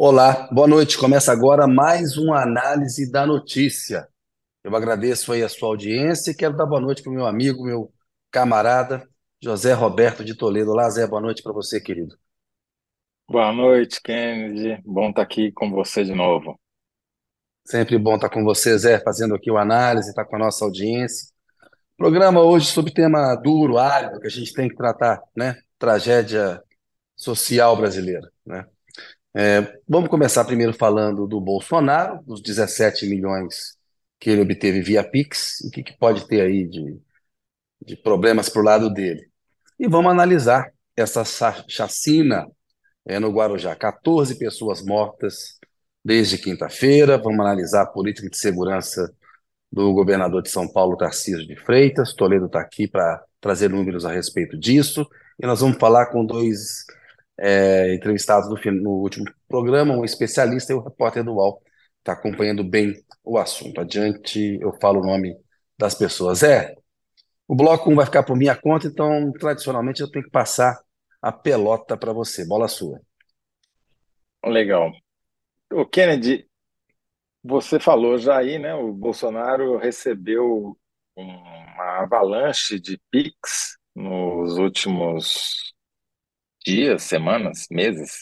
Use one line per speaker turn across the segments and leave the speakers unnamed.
Olá, boa noite. Começa agora mais uma análise da notícia. Eu agradeço aí a sua audiência e quero dar boa noite para o meu amigo, meu camarada, José Roberto de Toledo. Olá, Zé, boa noite para você, querido.
Boa noite, Kennedy. Bom estar aqui com você de novo.
Sempre bom estar com você, Zé, fazendo aqui o análise, estar com a nossa audiência. Programa hoje sobre tema duro, árido, que a gente tem que tratar, né? Tragédia social brasileira, né? Vamos começar primeiro falando do Bolsonaro, dos 17 milhões que ele obteve via Pix, o que que pode ter aí de problemas para o lado dele. E vamos analisar essa chacina no Guarujá. 14 pessoas mortas desde quinta-feira. Vamos analisar a política de segurança do governador de São Paulo, Tarcísio de Freitas. Toledo está aqui para trazer números a respeito disso. E nós vamos falar com dois entrevistados no último programa, um especialista e o repórter do UOL. Está acompanhando bem o assunto. Adiante, eu falo o nome das pessoas. O bloco 1 vai ficar por minha conta, então, tradicionalmente, eu tenho que passar a pelota para você. Bola sua.
Legal. O Kennedy, você falou já aí, né? O Bolsonaro recebeu uma avalanche de Pix nos últimos dias, semanas, meses.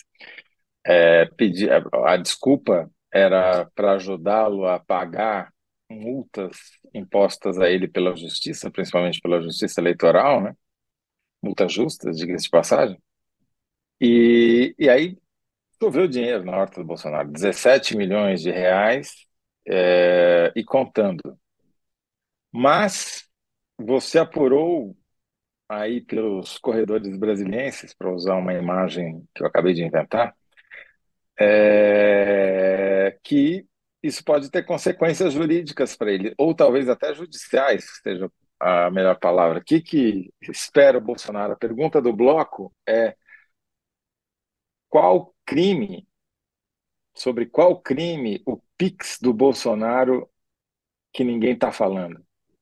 A desculpa era para ajudá-lo a pagar multas impostas a ele pela justiça, principalmente pela justiça eleitoral, né? Multas justas, diga-se de passagem. E aí choveu dinheiro na horta do Bolsonaro, 17 milhões de reais e contando. Mas você apurou aí pelos corredores brasilienses, para usar uma imagem que eu acabei de inventar, que isso pode ter consequências jurídicas para ele, ou talvez até judiciais, que seja a melhor palavra. O que espera o Bolsonaro? A pergunta do bloco é qual crime, sobre qual crime o Pix do Bolsonaro que ninguém está falando.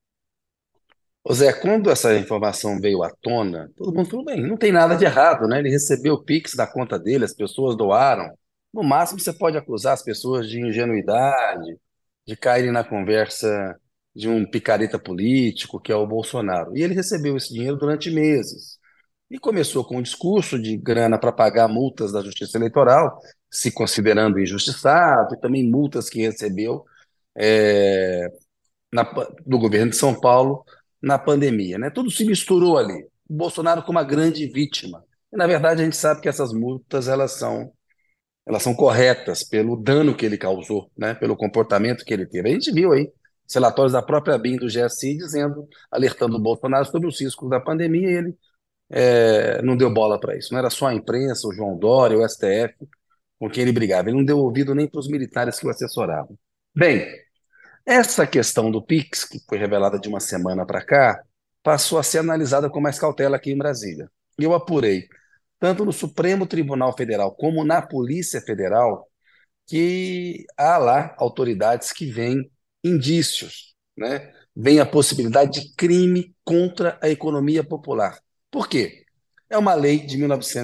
Ô Zé, quando essa informação veio à tona, todo mundo falou, bem, não tem nada de errado, né? Ele recebeu o Pix da conta dele, as pessoas doaram. No máximo, você pode acusar as pessoas de ingenuidade, de caírem na conversa de um picareta político, que é o Bolsonaro. E ele recebeu esse dinheiro durante meses. E começou com um discurso de grana para pagar multas da Justiça Eleitoral, se considerando injustiçado, e também multas que recebeu é, do governo de São Paulo na pandemia, né? Tudo se misturou ali. O Bolsonaro como uma grande vítima. E, na verdade, a gente sabe que essas multas elas são corretas pelo dano que ele causou, né? Pelo comportamento que ele teve. A gente viu aí os relatórios da própria BIM do GSI dizendo, alertando o Bolsonaro sobre os riscos da pandemia, e ele não deu bola para isso. Não era só a imprensa, o João Dória, o STF, com quem ele brigava. Ele não deu ouvido nem para os militares que o assessoravam. Bem, essa questão do Pix, que foi revelada de uma semana para cá, passou a ser analisada com mais cautela aqui em Brasília. E eu apurei, tanto no Supremo Tribunal Federal como na Polícia Federal, que há lá autoridades que veem indícios, né? Vem a possibilidade de crime contra a economia popular. Por quê? É uma lei de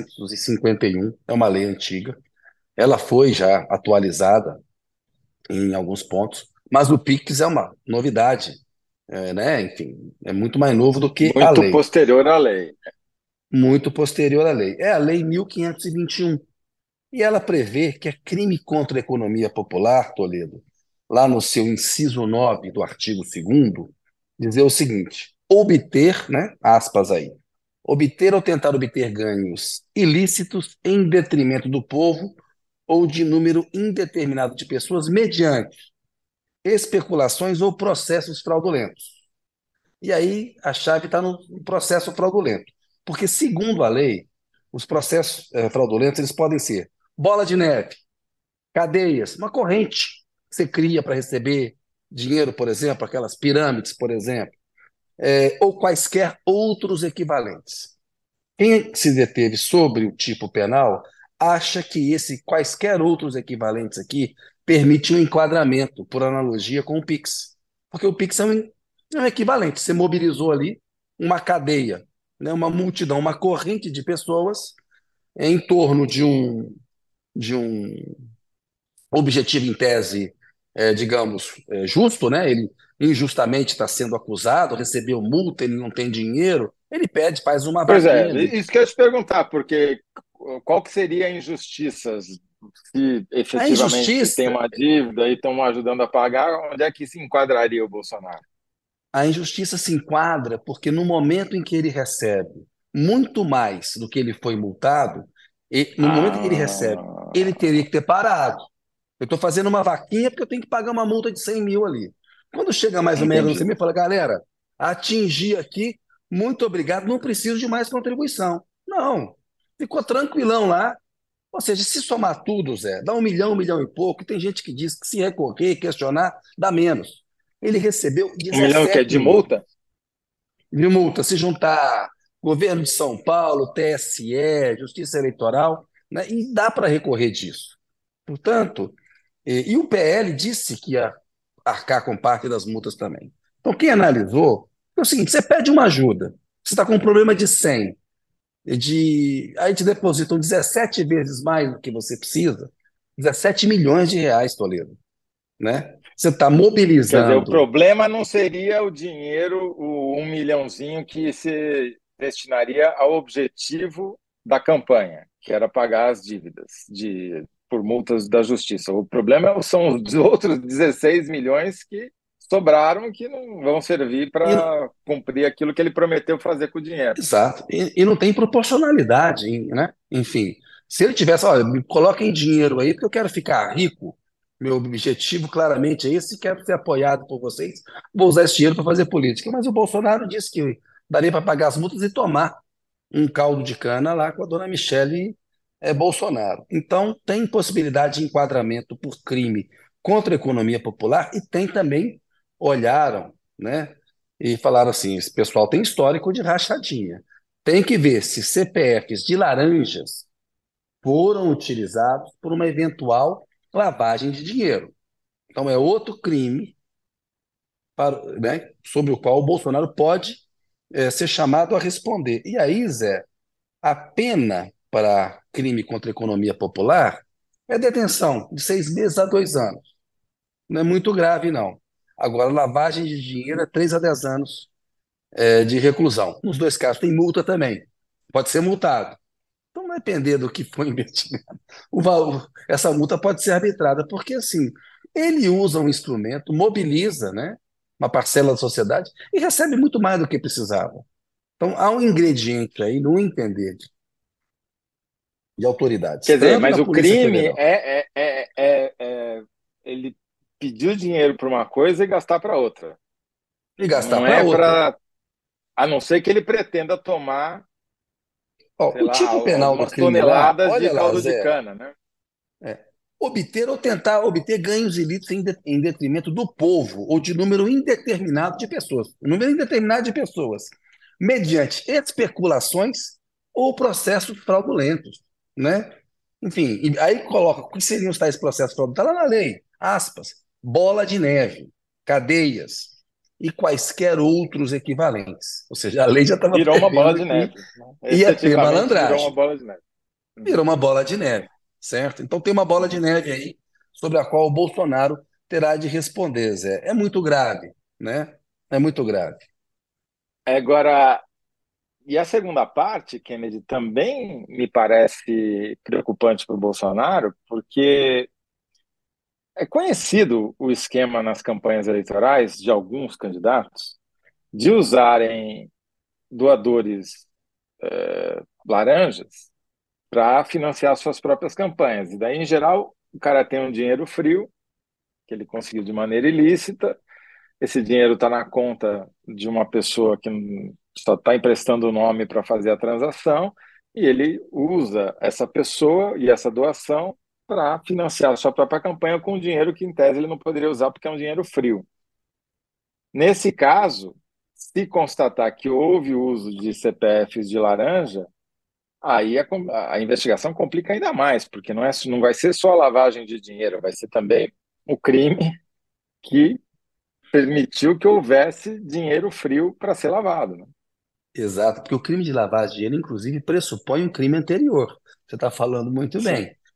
1951, é uma lei antiga, ela foi já atualizada em alguns pontos, mas o Pix é uma novidade, né? Enfim, é muito mais novo do que a
Muito
lei,
posterior à lei.
muito posterior à lei. É a Lei 1521. E ela prevê que é crime contra a economia popular, Toledo, lá no seu inciso 9 do artigo 2º, dizer o seguinte: obter, né, aspas aí, obter ou tentar obter ganhos ilícitos em detrimento do povo ou de número indeterminado de pessoas mediante especulações ou processos fraudulentos. E aí a chave está no processo fraudulento. Porque, segundo a lei, os processos fraudulentos eles podem ser bola de neve, cadeias, uma corrente que você cria para receber dinheiro, por exemplo, aquelas pirâmides, por exemplo, ou quaisquer outros equivalentes. Quem se deteve sobre o tipo penal acha que esse quaisquer outros equivalentes aqui permite um enquadramento, por analogia com o Pix. Porque o Pix é um equivalente. Você mobilizou ali uma cadeia, né, uma multidão, uma corrente de pessoas em torno de um objetivo em tese, digamos, justo, né? Ele injustamente está sendo acusado, recebeu multa, ele não tem dinheiro, ele pede, faz uma
Pois é,
vaquinha ali.
isso que eu ia te perguntar, porque qual que seria a injustiça se
A
efetivamente tem
injustiça,
uma dívida e estão ajudando a pagar, onde é que se enquadraria o Bolsonaro?
a injustiça se enquadra porque no momento em que ele recebe muito mais do que ele foi multado, e no momento em que ele recebe, ele
Ah,
teria que ter parado. Eu estou fazendo uma vaquinha porque eu tenho que pagar uma multa de 100 mil ali. Quando chega mais ou menos no 100
entendi.
mil, fala, galera, atingi aqui, muito obrigado, não preciso de mais contribuição. Não, ficou tranquilão lá. Ou seja, se somar tudo, Zé, dá 1 milhão e pouco. Tem gente que diz que se recorrer, questionar, dá menos. Ele recebeu
1 milhão que é
17
de
milhões
multa?
de multa. Se juntar governo de São Paulo, TSE, Justiça Eleitoral, né, e dá para recorrer disso. Portanto, e o PL disse que ia arcar com parte das multas também. Então, quem analisou, é o seguinte: você pede uma ajuda, você está com um problema de 100, aí te depositam 17 vezes mais do que você precisa, 17 milhões de reais, Toledo, né? Você está
Quer dizer, o
mobilizando.
problema não seria o dinheiro, o 1 milhãozinho que se destinaria ao objetivo da campanha, que era pagar as dívidas por multas da justiça. O problema são os outros 16 milhões que sobraram e que não vão servir
E,
para cumprir aquilo que ele prometeu fazer com o dinheiro.
exato. E não tem proporcionalidade, né? Enfim, se ele tivesse, olha, me coloquem dinheiro aí, porque eu quero ficar rico. Meu objetivo claramente é esse, quero ser apoiado por vocês. Vou usar esse dinheiro para fazer política. Mas o Bolsonaro disse que daria para pagar as multas e tomar um caldo de cana lá com a dona Michele Bolsonaro. Então, tem possibilidade de enquadramento por crime contra a economia popular e tem também, olharam, né, e falaram assim, esse pessoal tem histórico de rachadinha. Tem que ver se CPFs de laranjas foram utilizados por uma eventual lavagem de dinheiro. Então, é outro crime né, sobre o qual o Bolsonaro pode ser chamado a responder. E aí, Zé, a pena para crime contra a economia popular é detenção de 6 meses a 2 anos. Não é muito grave, não. Agora, lavagem de dinheiro é 3 a 10 anos de reclusão. Nos dois casos, tem multa também. Pode ser multado. Então, vai depender do que foi investigado. Essa multa pode ser arbitrada, porque assim, ele usa um instrumento, mobiliza, né, uma parcela da sociedade e recebe muito mais do que precisava. Então, há um ingrediente aí, no entender de autoridades,
Quer dizer,
tanto
mas
na
o
Polícia
crime
Federal,
ele pedir dinheiro para uma coisa e gastar para outra.
e gastar
Não
para
é
outra.
para, a não ser que ele pretenda tomar,
Ó,
sei
o
lá,
tipo penal do
algumas
crime lá,
toneladas de
olha lá,
caldo de
Zé,
cana, né?
é, obter ou tentar obter ganhos ilícitos em detrimento do povo ou de número indeterminado de pessoas, número indeterminado de pessoas, mediante especulações ou processos fraudulentos, né? Enfim, e aí coloca o que seriam os tais processos fraudulentos? Está lá na lei, aspas, bola de neve, cadeias e quaisquer outros equivalentes. Ou seja, a lei já estava
Virou uma bola
prevendo
de
que
neve, né?
ia ter
Efetivamente virou uma
malandragem.
bola de neve.
Virou
Uhum,
uma bola de neve, certo? Então tem uma bola de
uhum.
neve aí sobre a qual o Bolsonaro terá de responder, Zé. É muito grave, né? É muito grave.
Agora, e a segunda parte, Kennedy, também me parece preocupante para o Bolsonaro, porque é conhecido o esquema nas campanhas eleitorais de alguns candidatos de usarem doadores laranjas para financiar suas próprias campanhas. E daí, em geral, o cara tem um dinheiro frio, que ele conseguiu de maneira ilícita, esse dinheiro está na conta de uma pessoa que só está emprestando o nome para fazer a transação, e ele usa essa pessoa e essa doação para financiar a sua própria campanha com dinheiro que, em tese, ele não poderia usar porque é um dinheiro frio. Nesse caso, se constatar que houve uso de CPFs de laranja, aí a investigação complica ainda mais, porque não vai ser só a lavagem de dinheiro, vai ser também o crime que permitiu que houvesse dinheiro frio para ser lavado, né?
Exato, porque o crime de lavagem de dinheiro, inclusive, pressupõe um crime anterior. Você está falando muito
Sim.
bem.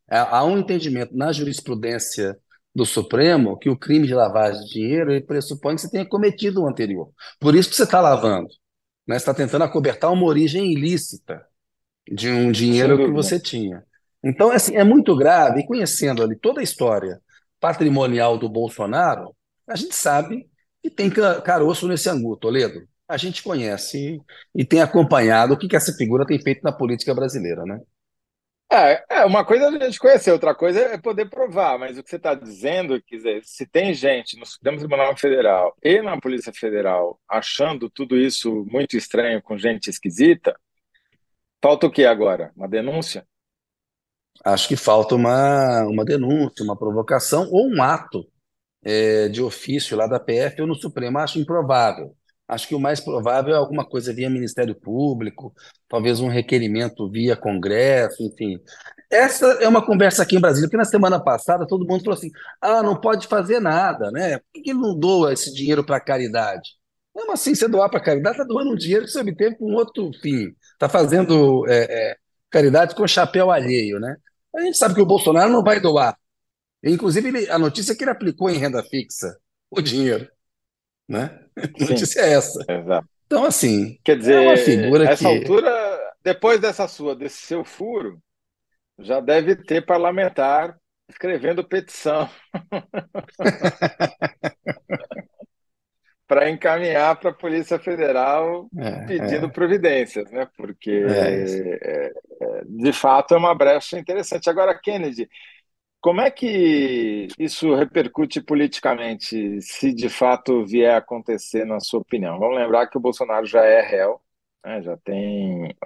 Há um entendimento na jurisprudência do Supremo que o crime de lavagem de dinheiro ele pressupõe que você tenha cometido o anterior. Por isso que você está lavando, né? Você está tentando acobertar uma origem ilícita de um
Sem
dinheiro que
dúvida.
você tinha. Então, assim, é muito grave, e conhecendo ali toda a história patrimonial do Bolsonaro, a gente sabe que tem caroço nesse angu, Toledo. A gente conhece e tem acompanhado o que que essa figura tem feito na política brasileira, né?
Uma coisa é a gente conhecer, outra coisa é poder provar, mas o que você está dizendo, quer dizer, se tem gente no Supremo Tribunal Federal e na Polícia Federal achando tudo isso muito estranho com gente esquisita, falta o que agora? Uma denúncia?
Acho que falta uma denúncia, uma provocação ou um ato de ofício lá da PF ou no Supremo. Acho improvável. Acho que o mais provável é alguma coisa via Ministério Público, talvez um requerimento via Congresso, enfim. Essa é uma conversa aqui em Brasília, porque na semana passada todo mundo falou assim: ah, não pode fazer nada, né? Por que que ele não doa esse dinheiro para caridade? Mesmo assim, você doar para caridade, está doando um dinheiro que você obteve com outro fim. Está fazendo caridade com chapéu alheio, né? A gente sabe que o Bolsonaro não vai doar. Inclusive, a notícia é que ele aplicou em renda fixa o dinheiro, né? A
Sim,
notícia é essa.
exato.
Então, assim,
Quer
é uma
dizer,
figura
essa
que
altura, depois desse seu furo, já deve ter parlamentar escrevendo petição para encaminhar para a Polícia Federal pedindo
é,
providências, né? Porque
é,
de fato é uma brecha interessante. Agora, Kennedy, como é que isso repercute politicamente, se de fato vier a acontecer, na sua opinião? Vamos lembrar que o Bolsonaro já é réu, né? Já tem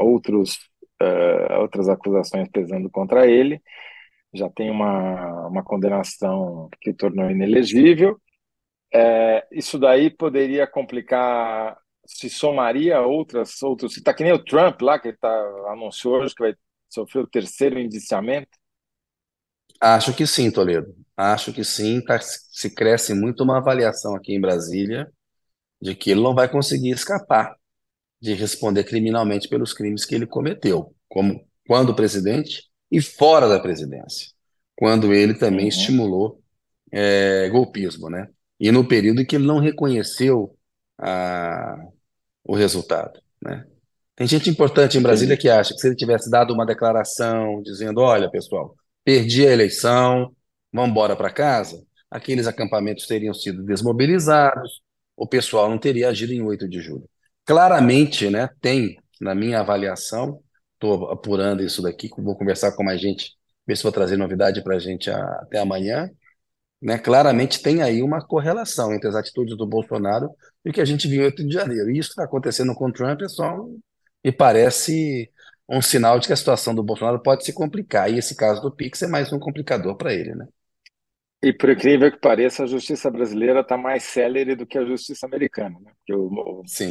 outras acusações pesando contra ele, já tem uma condenação que o tornou inelegível. Isso daí poderia complicar, se somaria a outros. Está que nem o Trump lá, que anunciou hoje que vai sofrer o terceiro indiciamento.
acho que sim, Toledo. Acho que sim. Se cresce muito uma avaliação aqui em Brasília de que ele não vai conseguir escapar de responder criminalmente pelos crimes que ele cometeu, como quando presidente e fora da presidência, quando ele também
Uhum,
estimulou golpismo, né? E no período em que ele não reconheceu a, o resultado, né? Tem gente importante em Brasília
entendi.
que acha que se ele tivesse dado uma declaração dizendo, olha, pessoal, perdi a eleição, vamos embora para casa, aqueles acampamentos teriam sido desmobilizados, o pessoal não teria agido em 8 de julho. Claramente, né, tem, na minha avaliação, estou apurando isso daqui, vou conversar com mais gente, ver se vou trazer novidade para a gente até amanhã, né? Claramente tem aí uma correlação entre as atitudes do Bolsonaro e o que a gente viu em 8 de janeiro. E isso que está acontecendo com o Trump é só, me parece, um sinal de que a situação do Bolsonaro pode se complicar. E esse caso do Pix é mais um complicador para ele, né?
E por incrível que pareça, a justiça brasileira está mais célere do que a justiça americana, né? Porque
Sim.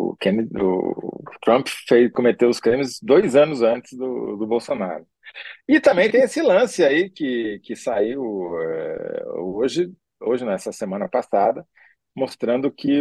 o Trump cometeu os crimes 2 anos antes do Bolsonaro. E também tem esse lance aí que saiu hoje, nessa semana passada, mostrando que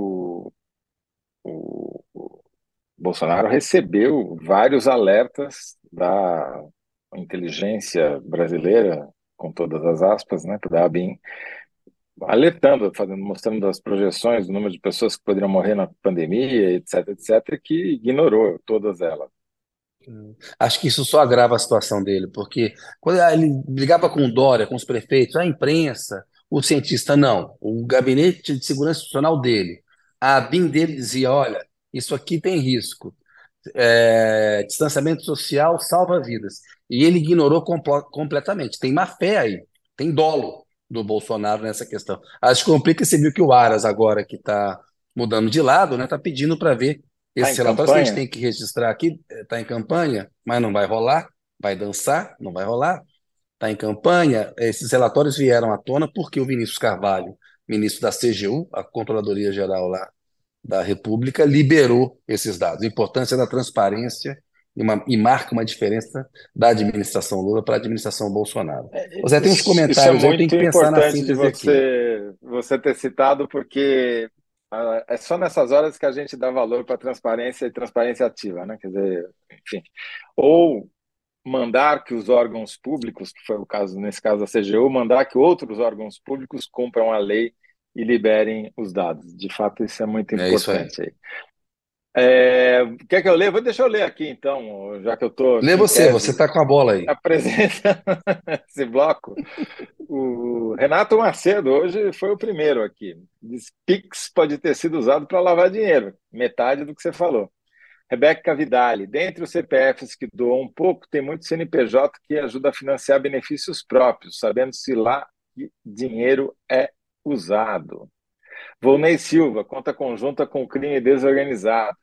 o Bolsonaro recebeu vários alertas da inteligência brasileira, com todas as aspas, né, da ABIN, alertando, mostrando as projeções do número de pessoas que poderiam morrer na pandemia, etc, etc, que ignorou todas elas.
Acho que isso só agrava a situação dele, porque quando ele brigava com o Dória, com os prefeitos, a imprensa, o cientista, não. O gabinete de segurança institucional dele, a BIM dele dizia: olha, isso aqui tem risco. Distanciamento social salva vidas. E ele ignorou completamente. Tem má fé aí, tem dolo do Bolsonaro nessa questão. Acho que complica. Você viu que o Aras, agora que está mudando de lado, né, está pedindo para ver
Está
esses
em
relatórios que a gente
campanha?
tem que registrar aqui. Está em campanha, mas não vai rolar. Vai dançar, não vai rolar. Está em campanha. Esses relatórios vieram à tona porque o Vinícius Carvalho, ministro da CGU, a Controladoria Geral lá da República, liberou esses dados. A importância da transparência e marca uma diferença da administração Lula para a administração Bolsonaro. Ô Zé, tem uns
Isso é
comentários aí, eu tenho
muito
que pensar na
importante de
síntese aqui.
você ter citado, porque é só nessas horas que a gente dá valor para transparência e transparência ativa, né? Quer dizer, enfim, ou mandar que os órgãos públicos, que foi o caso, nesse caso da CGU, mandar que outros órgãos públicos cumpram a lei e liberem os dados. De fato, isso é muito
É isso aí.
importante aí. Quer que eu leia? Deixa eu ler aqui, então, já que eu estou
Lê
aqui, em
você
tese,
tá com a bola aí.
apresentando esse bloco. O Renato Macedo hoje foi o primeiro aqui. Diz: Pix pode ter sido usado para lavar dinheiro, metade do que você falou. Rebeca Vidali: dentre os CPFs que doam um pouco, tem muito CNPJ que ajuda a financiar benefícios próprios, sabendo se lá que dinheiro é usado. Volney Silva: conta conjunta com crime desorganizado.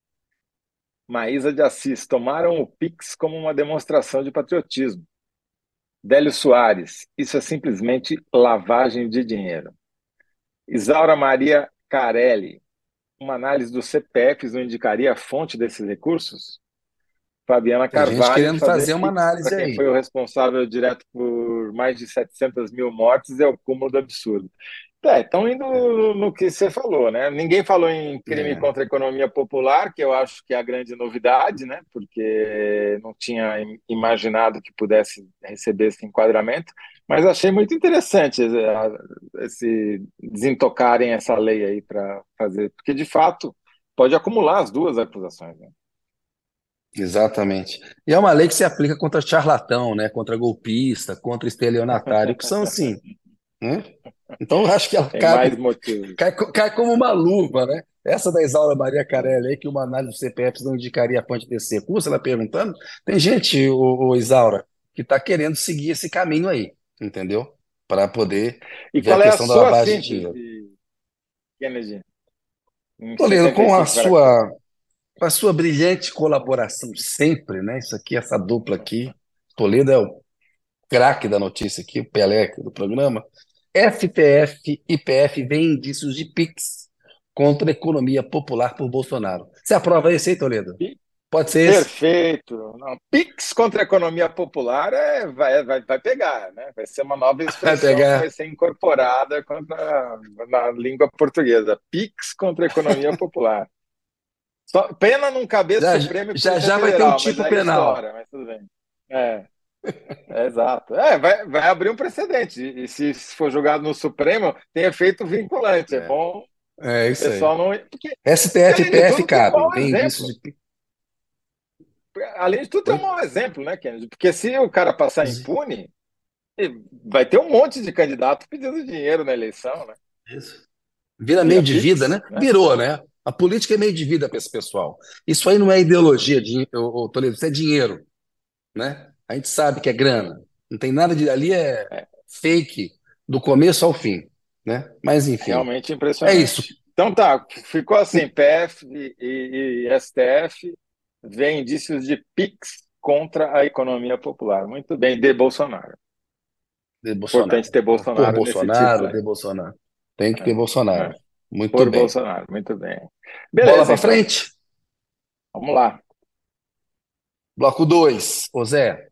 Maísa de Assis: tomaram o Pix como uma demonstração de patriotismo. Délio Soares: isso é simplesmente lavagem de dinheiro. Isaura Maria Carelli: uma análise dos CPFs não indicaria a fonte desses recursos? Fabiana
Tem gente
Carvalho:
querendo
fazer
fazer uma
Pix para
análise
quem
aí.
foi o responsável direto por mais de 700 mil mortes é o cúmulo do absurdo. Estão indo no que você falou, né? Ninguém falou em crime
É,
contra a economia popular, que eu acho que é a grande novidade, né? Porque não tinha imaginado que pudesse receber esse enquadramento, mas achei muito interessante esse desintocarem essa lei aí para fazer, porque de fato pode acumular as duas acusações, né?
exatamente. E é uma lei que se aplica contra charlatão, né? Contra golpista, contra estelionatário, que são assim, né? Então, eu acho que ela
Tem mais
cabe,
motivos.
cai como uma luva, né? Essa da Isaura Maria Carelli aí, que uma análise do CPF não indicaria a fonte desse recurso, ela perguntando. Tem gente, o Isaura, que está querendo seguir esse caminho aí, entendeu? Para poder
E
ver a
qual é a
questão da
sua
lavagem de dinheiro.
síntese, Kennedy, em
Toledo,
75 caracteres?
com a sua brilhante colaboração sempre, né? Isso aqui, essa dupla aqui. Toledo é o craque da notícia aqui, o Pelé aqui do programa. STF e PF vêm indícios de PIX contra a economia popular por Bolsonaro. Você aprova esse aí, Toledo?
Pi-
Pode ser esse?
Perfeito. Não, Pix contra a economia popular vai pegar, né? Vai ser uma nova
Vai
expressão que vai
pegar.
ser incorporada na língua portuguesa. Pix contra a economia popular. Pena não caber
Já
Supremo e
já,
Polícia
já vai ter um
Federal, mas
tipo
aí
penal.
estoura, mas tudo bem. É, exato. Vai abrir um precedente. E se for julgado no Supremo, tem efeito vinculante. É
É,
bom o
é isso aí.
pessoal não. Porque,
STF e
além de
PF
tudo, tem um
cabem,
mau
vem indícios
exemplo.
de PIX.
Além de tudo, tem
Oi?
um mau exemplo, né, Kennedy? Porque se o cara passar impune, vai ter um monte de candidato pedindo dinheiro na eleição, né?
Isso. Vira
Via
meio de vida, né?
Pix, né?
Virou, né? A política é meio de vida para esse pessoal. Isso aí não é ideologia, Toledo, isso é dinheiro, né? A gente sabe que é grana. Não tem nada de. Ali é
É
fake do começo ao fim, né? Mas enfim,
realmente
é isso.
impressionante. Então tá, ficou assim, PF e STF vê indícios de Pix contra a economia popular. Muito bem, de Bolsonaro.
De Bolsonaro.
Importante ter
Por
Bolsonaro nesse
Bolsonaro,
título
de
aí.
Bolsonaro. Tem que ter
É,
Bolsonaro.
é.
Muito
Por
bem.
Bolsonaro, muito bem.
Bola
Beleza,
para
então.
frente.
Vamos lá.
Bloco 2. Ô Zé,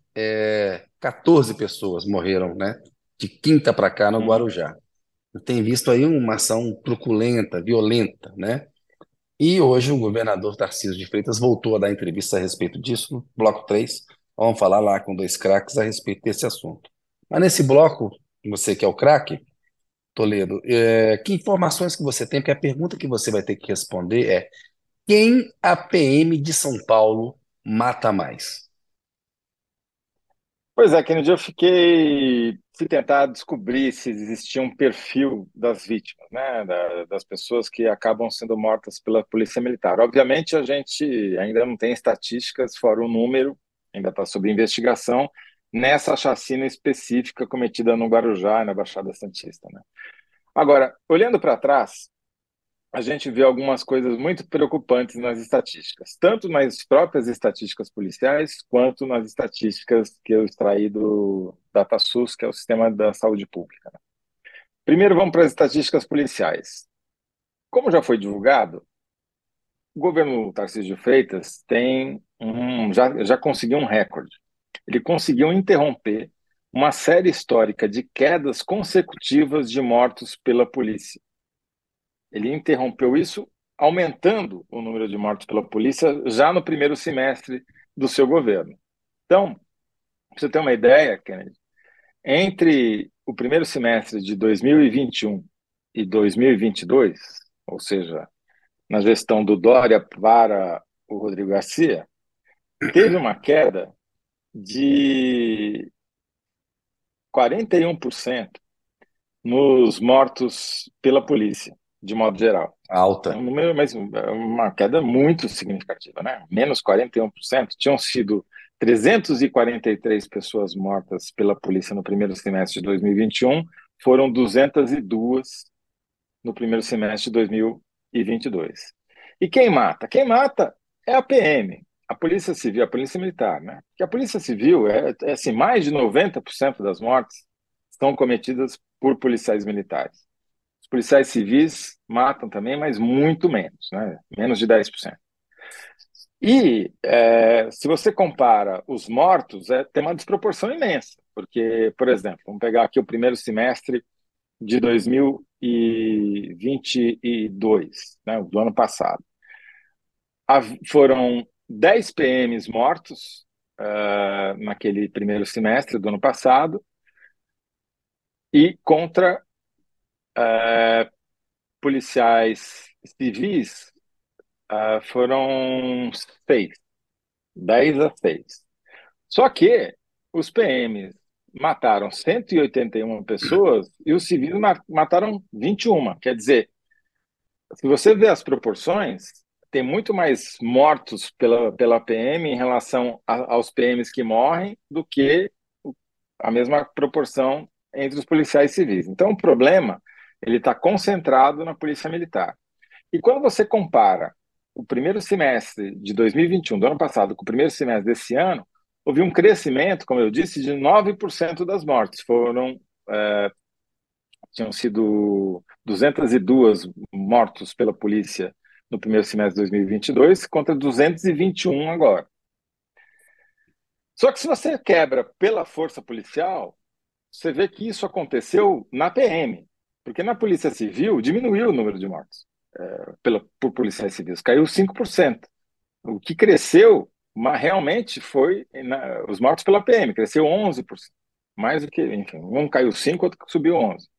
14 pessoas morreram, né? De quinta para cá no
Uhum.
Guarujá. Tem visto aí uma ação truculenta, violenta, né? E hoje o governador Tarcísio de Freitas voltou a dar entrevista a respeito disso, no bloco 3. Vamos falar lá com dois craques a respeito desse assunto. Mas nesse bloco, você que é o craque, Toledo, que informações que você tem? Porque a pergunta que você vai ter que responder é: quem a PM de São Paulo mata mais?
Pois é, Kennedy, fui tentar descobrir se existia um perfil das vítimas, né, das pessoas que acabam sendo mortas pela Polícia Militar. Obviamente, a gente ainda não tem estatísticas, fora o número, ainda está sob investigação, nessa chacina específica cometida no Guarujá e na Baixada Santista, né? Agora, olhando para trás, a gente vê algumas coisas muito preocupantes nas estatísticas, tanto nas próprias estatísticas policiais, quanto nas estatísticas que eu extraí do DataSUS, que é o Sistema da Saúde Pública. Primeiro, vamos para as estatísticas policiais. Como já foi divulgado, o governo Tarcísio de Freitas já conseguiu um recorde. Ele conseguiu interromper uma série histórica de quedas consecutivas de mortos pela polícia. Ele interrompeu isso, aumentando o número de mortos pela polícia já no primeiro semestre do seu governo. Então, Pra você ter uma ideia, Kennedy, entre o primeiro semestre de 2021 e 2022, ou seja, na gestão do Dória para o Rodrigo Garcia, teve uma queda de 41% nos mortos pela polícia, de modo geral. É
Alta.
um número, mas é uma queda muito significativa, né? Menos 41%. Tinham sido 343 pessoas mortas pela polícia no primeiro semestre de 2021, foram 202 no primeiro semestre de 2022. E quem mata? Quem mata é a PM, a Polícia Civil, a Polícia Militar, né? Porque a Polícia Civil é assim, mais de 90% das mortes são cometidas por policiais militares. Os policiais civis matam também, mas muito menos, né? Menos de 10%. E se você compara os mortos, tem uma desproporção imensa, porque, por exemplo, vamos pegar aqui o primeiro semestre de 2022, né, do ano passado. Foram 10 PMs mortos naquele primeiro semestre do ano passado, e contra policiais civis foram 6, 10 a 6. Só que os PMs mataram 181 pessoas e os civis mataram 21. Quer dizer, se você vê as proporções, tem muito mais mortos pela PM em relação aos PMs que morrem do que a mesma proporção entre os policiais civis. Então, o problema ele está concentrado na polícia militar. E quando você compara o primeiro semestre de 2021, do ano passado, com o primeiro semestre desse ano, houve um crescimento, como eu disse, de 9% das mortes. Tinham sido 202 mortos pela polícia no primeiro semestre de 2022 contra 221 agora. Só que se você quebra pela força policial, você vê que isso aconteceu na PM, porque na Polícia Civil diminuiu o número de mortos por policiais civis, caiu 5%. O que cresceu realmente foi os mortos pela PM, cresceu 11%. Mais do que, enfim, um caiu 5%, outro subiu 11%.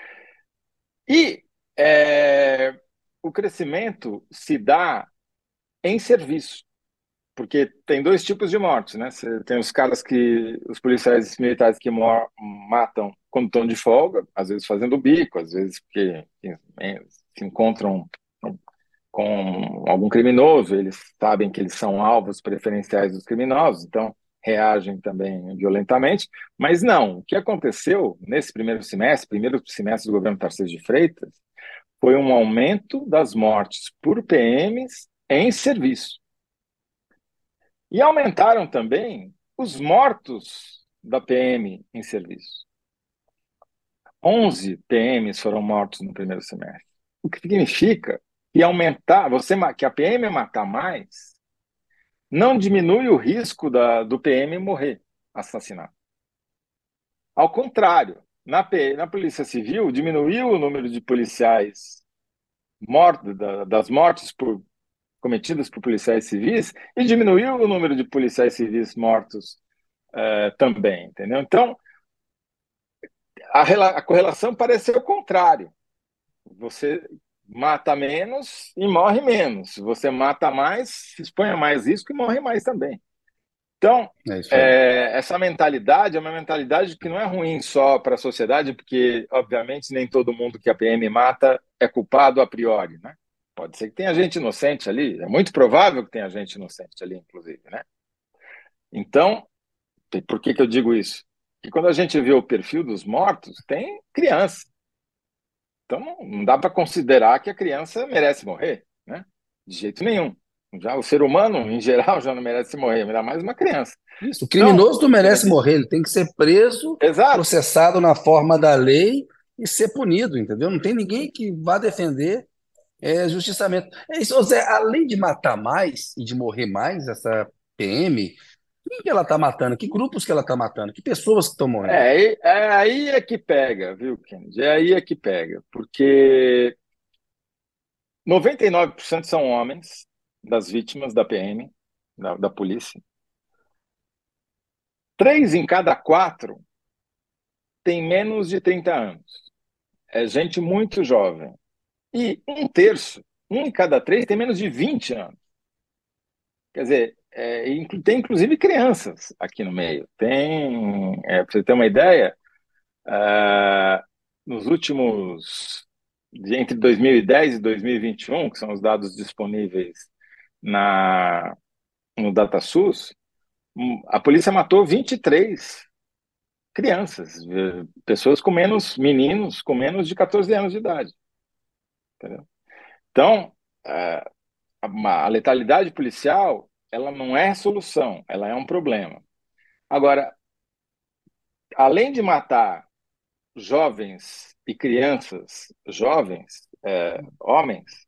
E o crescimento se dá em serviço, porque tem dois tipos de mortes, né? Você tem os policiais militares que matam quando estão de folga, às vezes fazendo bico, às vezes porque se encontram com algum criminoso, eles sabem que eles são alvos preferenciais dos criminosos, então reagem também violentamente. Mas não, o que aconteceu nesse primeiro semestre do governo Tarcísio de Freitas, foi um aumento das mortes por PMs em serviço. E aumentaram também os mortos da PM em serviço. 11 PMs foram mortos no primeiro semestre. O que significa que que a PM matar mais não diminui o risco do PM morrer assassinado. Ao contrário, na Polícia Civil diminuiu o número de policiais mortos, das mortes cometidas por policiais civis, e diminuiu o número de policiais civis mortos também, entendeu? Então, a correlação parece ser o contrário. Você mata menos e morre menos. Você mata mais, expõe a mais risco e morre mais também. Então,
É isso aí.
essa mentalidade é uma mentalidade que não é ruim só para a sociedade, porque, obviamente, nem todo mundo que a PM mata é culpado a priori, né? Pode ser que tenha gente inocente ali, é muito provável que tenha gente inocente ali, inclusive, né? Então, por que eu digo isso? Porque quando a gente vê o perfil dos mortos, tem criança. Então, não dá para considerar que a criança merece morrer, né? De jeito nenhum. Já o ser humano, em geral, já não merece morrer, ainda mais uma criança.
Isso, o
Então,
criminoso não merece morrer, ele tem que ser preso,
exato.
processado na forma da lei e ser punido, entendeu? Não tem ninguém que vá defender justiçamento. É isso, Zé, além de matar mais e de morrer mais, essa PM, quem que ela está matando? Que grupos que ela está matando? Que pessoas que estão morrendo?
Aí é que pega, viu, Kennedy? É aí é que pega, porque 99% são homens das vítimas da PM, da polícia. 3 em cada 4 tem menos de 30 anos. É gente muito jovem. E um terço, 1 em cada 3 tem menos de 20 anos. Quer dizer, tem inclusive crianças aqui no meio. Para você ter uma ideia, ah, nos últimos, entre 2010 e 2021, que são os dados disponíveis na, no DataSUS, a polícia matou 23 crianças, pessoas com menos, meninos com menos de 14 anos de idade. Entendeu? Então, a letalidade policial, ela não é solução, ela é um problema. Agora, além de matar jovens e crianças, jovens, homens,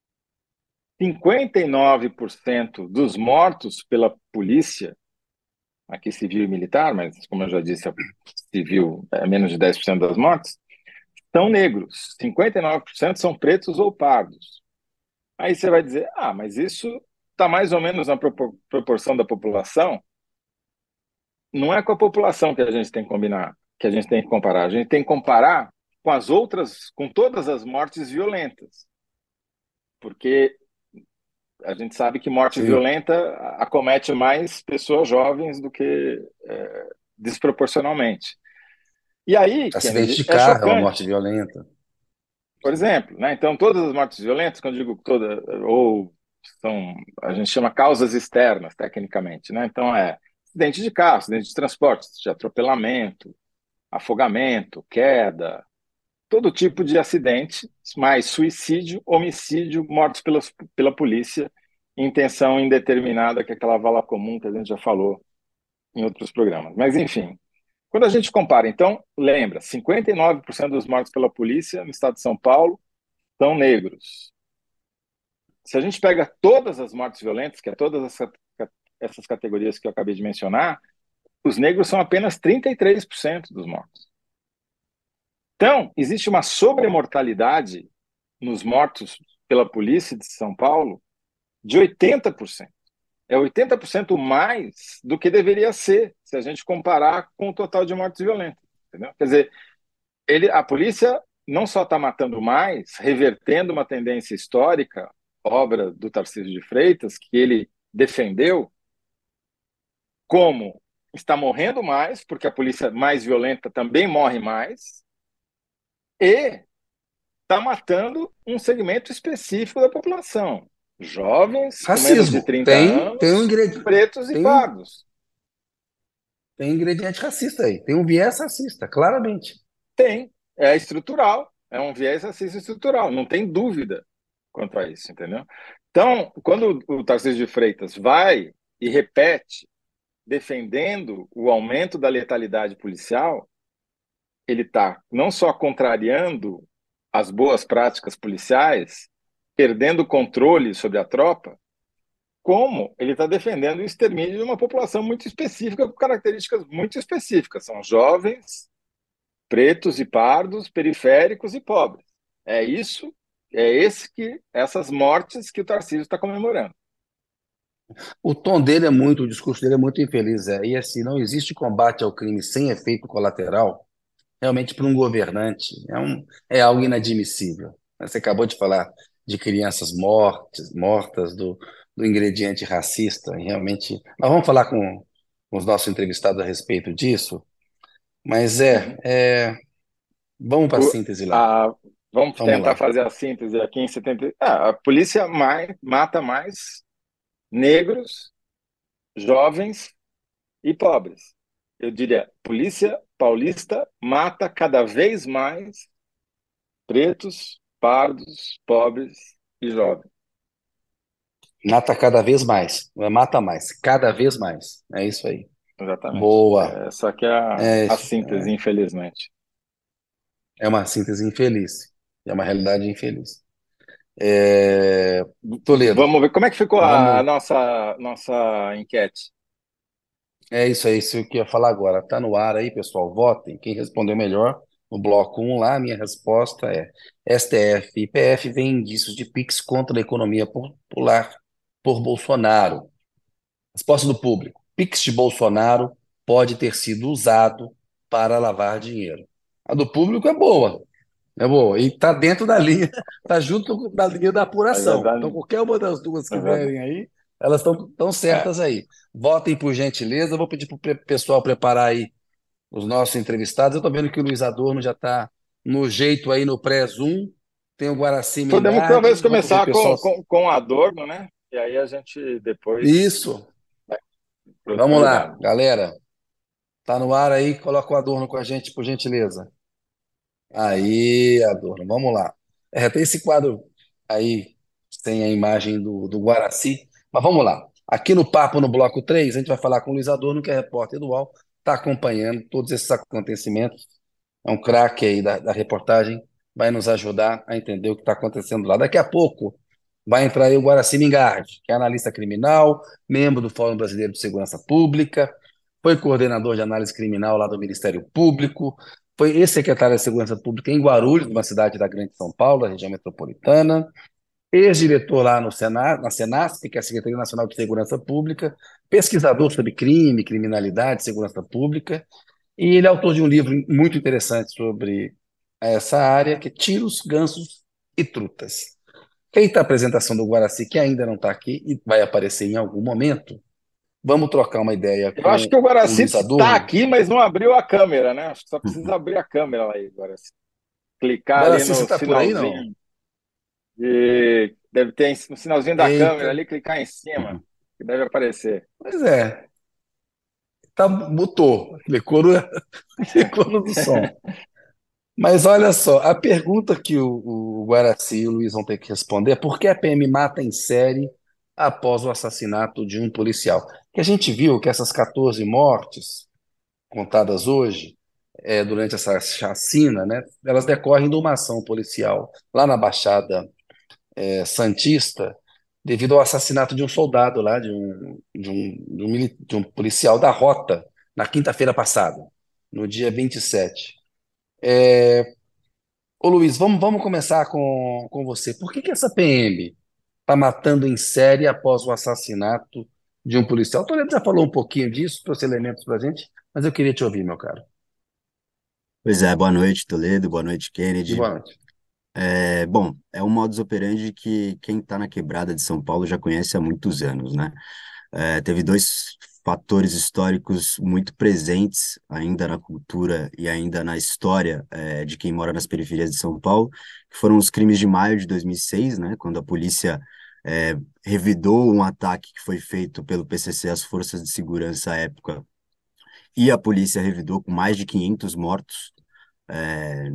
59% dos mortos pela polícia, aqui civil e militar, mas como eu já disse, a civil é menos de 10% das mortes, são negros. 59% são pretos ou pardos. Aí você vai dizer, mas isso está mais ou menos na proporção da população. Não é com a população que a gente tem que combinar, que a gente tem que comparar. A gente tem que comparar com as outras, com todas as mortes violentas. Porque a gente sabe que morte
Sim.
violenta acomete mais pessoas jovens do que desproporcionalmente. E aí,
Acidente
Kennedy,
de
é
carro é uma morte
chocante.
violenta.
Por exemplo, né? Então, todas as mortes violentas, quando eu digo toda, ou são, a gente chama causas externas, tecnicamente, né? Então, acidente de carro, acidente de transporte, de atropelamento, afogamento, queda, todo tipo de acidente, mais suicídio, homicídio, mortes pela polícia, intenção indeterminada, que é aquela vala comum que a gente já falou em outros programas. Mas, enfim, quando a gente compara, então, lembra, 59% dos mortos pela polícia no estado de São Paulo são negros. Se a gente pega todas as mortes violentas, que é todas essas categorias que eu acabei de mencionar, os negros são apenas 33% dos mortos. Então, existe uma sobremortalidade nos mortos pela polícia de São Paulo de 80%. É 80% mais do que deveria ser, se a gente comparar com o total de mortes violentas. Entendeu? Quer dizer, a polícia não só está matando mais, revertendo uma tendência histórica, obra do Tarcísio de Freitas, que ele defendeu, como está morrendo mais, porque a polícia mais violenta também morre mais, e está matando um segmento específico da população. Jovens com menos de
Racismo.
30 anos, pretos e
Tem um,
pardos.
tem ingrediente racista aí. Tem um viés racista, claramente.
Tem. É estrutural. É um viés racista estrutural. Não tem dúvida quanto a isso, entendeu? Então, quando o Tarcísio de Freitas vai e repete, defendendo o aumento da letalidade policial, ele está não só contrariando as boas práticas policiais, perdendo o controle sobre a tropa, como ele está defendendo o extermínio de uma população muito específica, com características muito específicas. São jovens, pretos e pardos, periféricos e pobres. É isso, essas mortes que o Tarcísio está comemorando.
O tom dele é muito, o discurso dele é muito infeliz. E assim, não existe combate ao crime sem efeito colateral. Realmente, para um governante, é algo inadmissível. Você acabou de falar de crianças mortas, do ingrediente racista. E realmente, nós vamos falar com os nossos entrevistados a respeito disso, mas
Uhum.
vamos para a
O,
síntese lá.
a, vamos
Vamos
tentar
lá.
fazer a síntese aqui em 70. A polícia mata mais negros, jovens e pobres. Eu diria, polícia paulista mata cada vez mais pretos, pardos, pobres e jovens.
Mata cada vez mais, não é mata mais, cada vez mais. É isso aí.
Exatamente.
Boa.
Essa aqui é
É,
a síntese, infelizmente.
é uma síntese infeliz. É uma realidade infeliz. É, Toledo,
Vamos ver como é que ficou a
vamos.
nossa enquete.
É isso aí, isso que eu ia falar agora. Tá no ar aí, pessoal. Votem. Quem respondeu melhor no bloco um lá, minha resposta é: STF e PF veem indícios de PIX contra a economia popular por Bolsonaro. Resposta do público: PIX de Bolsonaro pode ter sido usado para lavar dinheiro. A do público é boa, e está dentro da linha, está junto da linha da
É
apuração. Então,
verdade,
qualquer uma das duas que
é verdade.
vierem aí, elas estão tão
É,
certas aí. Votem por gentileza, eu vou pedir para o pessoal preparar aí os nossos entrevistados. Eu estou vendo que o Luiz Adorno já está no jeito aí no pré-Zoom, tem o Guaraci
podemos talvez
Mengardi, vamos pedir
começar
para o pessoal.
com Adorno, né? E aí a gente depois
Isso,
vai para os
vamos lá,
convidados.
galera. Tá no ar aí, coloca o Adorno com a gente, por gentileza. Aí, Adorno, vamos lá. Tem esse quadro aí, tem a imagem do Guaraci, mas vamos lá. Aqui no Papo no Bloco 3 a gente vai falar com o Luiz Adorno, que é repórter do UOL, está acompanhando todos esses acontecimentos, é um craque aí da reportagem, vai nos ajudar a entender o que está acontecendo lá. Daqui a pouco vai entrar aí o Guaraci Mingardi, que é analista criminal, membro do Fórum Brasileiro de Segurança Pública, foi coordenador de análise criminal lá do Ministério Público, foi ex-secretário de Segurança Pública em Guarulhos, uma cidade da Grande São Paulo, da região metropolitana, ex-diretor lá no na Senasp, que é a Secretaria Nacional de Segurança Pública, pesquisador sobre crime, criminalidade, segurança pública, e ele é autor de um livro muito interessante sobre essa área, que é Tiros, Gansos e Trutas. Feita a apresentação do Guaraci, que ainda não está aqui e vai aparecer em algum momento, vamos trocar uma ideia
Eu acho
com
que o
o
Guaraci
Luiz
está
Adorno.
aqui, mas não abriu a câmera, né? Acho que só precisa abrir a câmera lá aí, Guaraci. Clicar ali
Guaraci, você
no
está por aí, não?
sinalzinho de. Deve ter um sinalzinho da câmera
Eita.
ali, clicar em cima, que deve aparecer.
Pois é, tá, mutou, clicou no, clicou no do som. Mas olha só, a pergunta que o Guaraci e o Luiz vão ter que responder é por que a PM mata em série após o assassinato de um policial? Que a gente viu que essas 14 mortes contadas hoje, durante essa chacina, né, elas decorrem de uma ação policial lá na Baixada, Santista, devido ao assassinato de um soldado lá, de um policial da Rota, na quinta-feira passada, no dia 27. Ô Luiz, vamos começar com você. Por que essa PM está matando em série após o assassinato de um policial? O Toledo já falou um pouquinho disso, trouxe elementos para a gente, mas eu queria te ouvir, meu caro.
Pois é, boa noite, Toledo, boa noite,
E
Kennedy.
boa noite.
Bom, é um modus operandi que quem está na quebrada de São Paulo já conhece há muitos anos, né? Teve dois fatores históricos muito presentes ainda na cultura e ainda na história, de quem mora nas periferias de São Paulo, que foram os crimes de maio de 2006, né? Quando a polícia revidou um ataque que foi feito pelo PCC às forças de segurança à época, e a polícia revidou com mais de 500 mortos, é,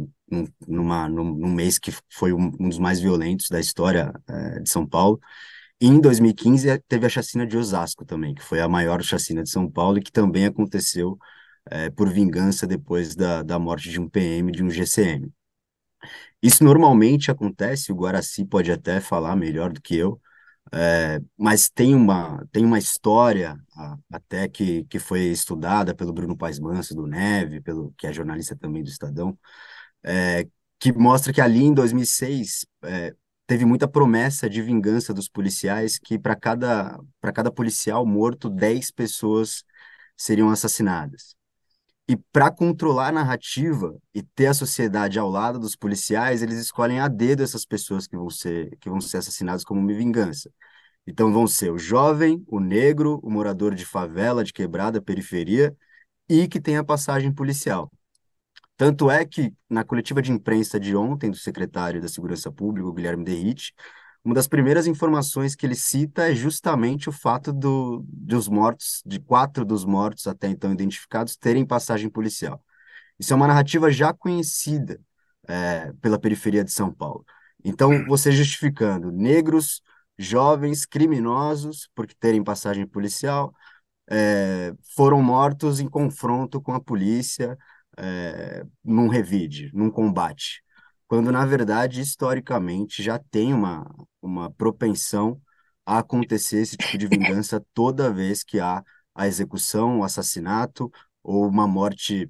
num mês que foi um dos mais violentos da história, de São Paulo. E em 2015 teve a chacina de Osasco também, que foi a maior chacina de São Paulo e que também aconteceu, por vingança depois da morte de um PM de um GCM. Isso normalmente acontece, o Guaraci pode até falar melhor do que eu, mas tem uma história, até que foi estudada pelo Bruno Paes Manso, do Neve, que é jornalista também do Estadão, é, que mostra que ali em 2006 teve muita promessa de vingança dos policiais, que para cada policial morto, 10 pessoas seriam assassinadas. E para controlar a narrativa e ter a sociedade ao lado dos policiais, eles escolhem a dedo essas pessoas que vão ser assassinadas como uma vingança. Então vão ser o jovem, o negro, o morador de favela, de quebrada, periferia e que tem a passagem policial. Tanto é que, na coletiva de imprensa de ontem, do secretário da Segurança Pública, o Guilherme Derrite, uma das primeiras informações que ele cita é justamente o fato dos mortos, de 4 dos mortos até então identificados, terem passagem policial. Isso é uma narrativa já conhecida, pela periferia de São Paulo. Então, você justificando negros, jovens, criminosos, porque terem passagem policial, foram mortos em confronto com a polícia, num revide, num combate. Quando, na verdade, historicamente, já tem uma propensão a acontecer esse tipo de vingança toda vez que há a execução, o assassinato ou uma morte,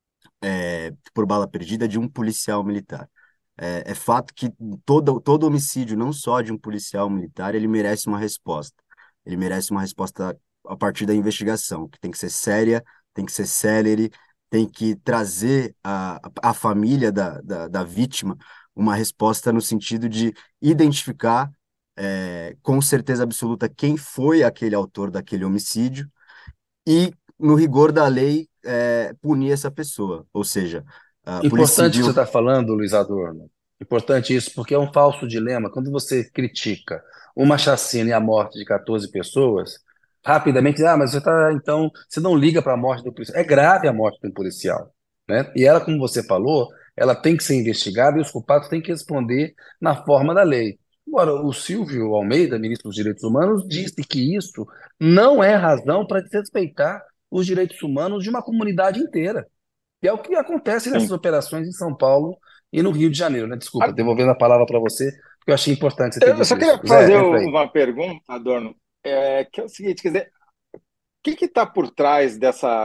por bala perdida de um policial militar. É fato que todo homicídio, não só de um policial militar, ele merece uma resposta. Ele merece uma resposta a partir da investigação, que tem que ser séria, tem que ser célere, tem que trazer a família da vítima uma resposta no sentido de identificar com certeza absoluta quem foi aquele autor daquele homicídio e, no rigor da lei, punir essa pessoa. Ou seja, a Polícia
Importante o que você
Civil.
está falando, Luiz Adorno. Importante isso, porque é um falso dilema. Quando você critica uma chacina e a morte de 14 pessoas, rapidamente, mas você tá, então, você não liga para a morte do policial. É grave a morte do policial, né? E ela, como você falou, ela tem que ser investigada e os culpados têm que responder na forma da lei. Agora, o Silvio Almeida, ministro dos Direitos Humanos, disse que isso não é razão para desrespeitar os direitos humanos de uma comunidade inteira. E é o que acontece nessas
Sim.
operações em São Paulo e no Rio de Janeiro, né? Desculpa, devolvendo a palavra para você, porque eu achei importante você ter
Eu
dito
só
isso.
queria fazer
Zé, entra aí.
uma pergunta, Adorno, que é o seguinte, quer dizer, o que está por trás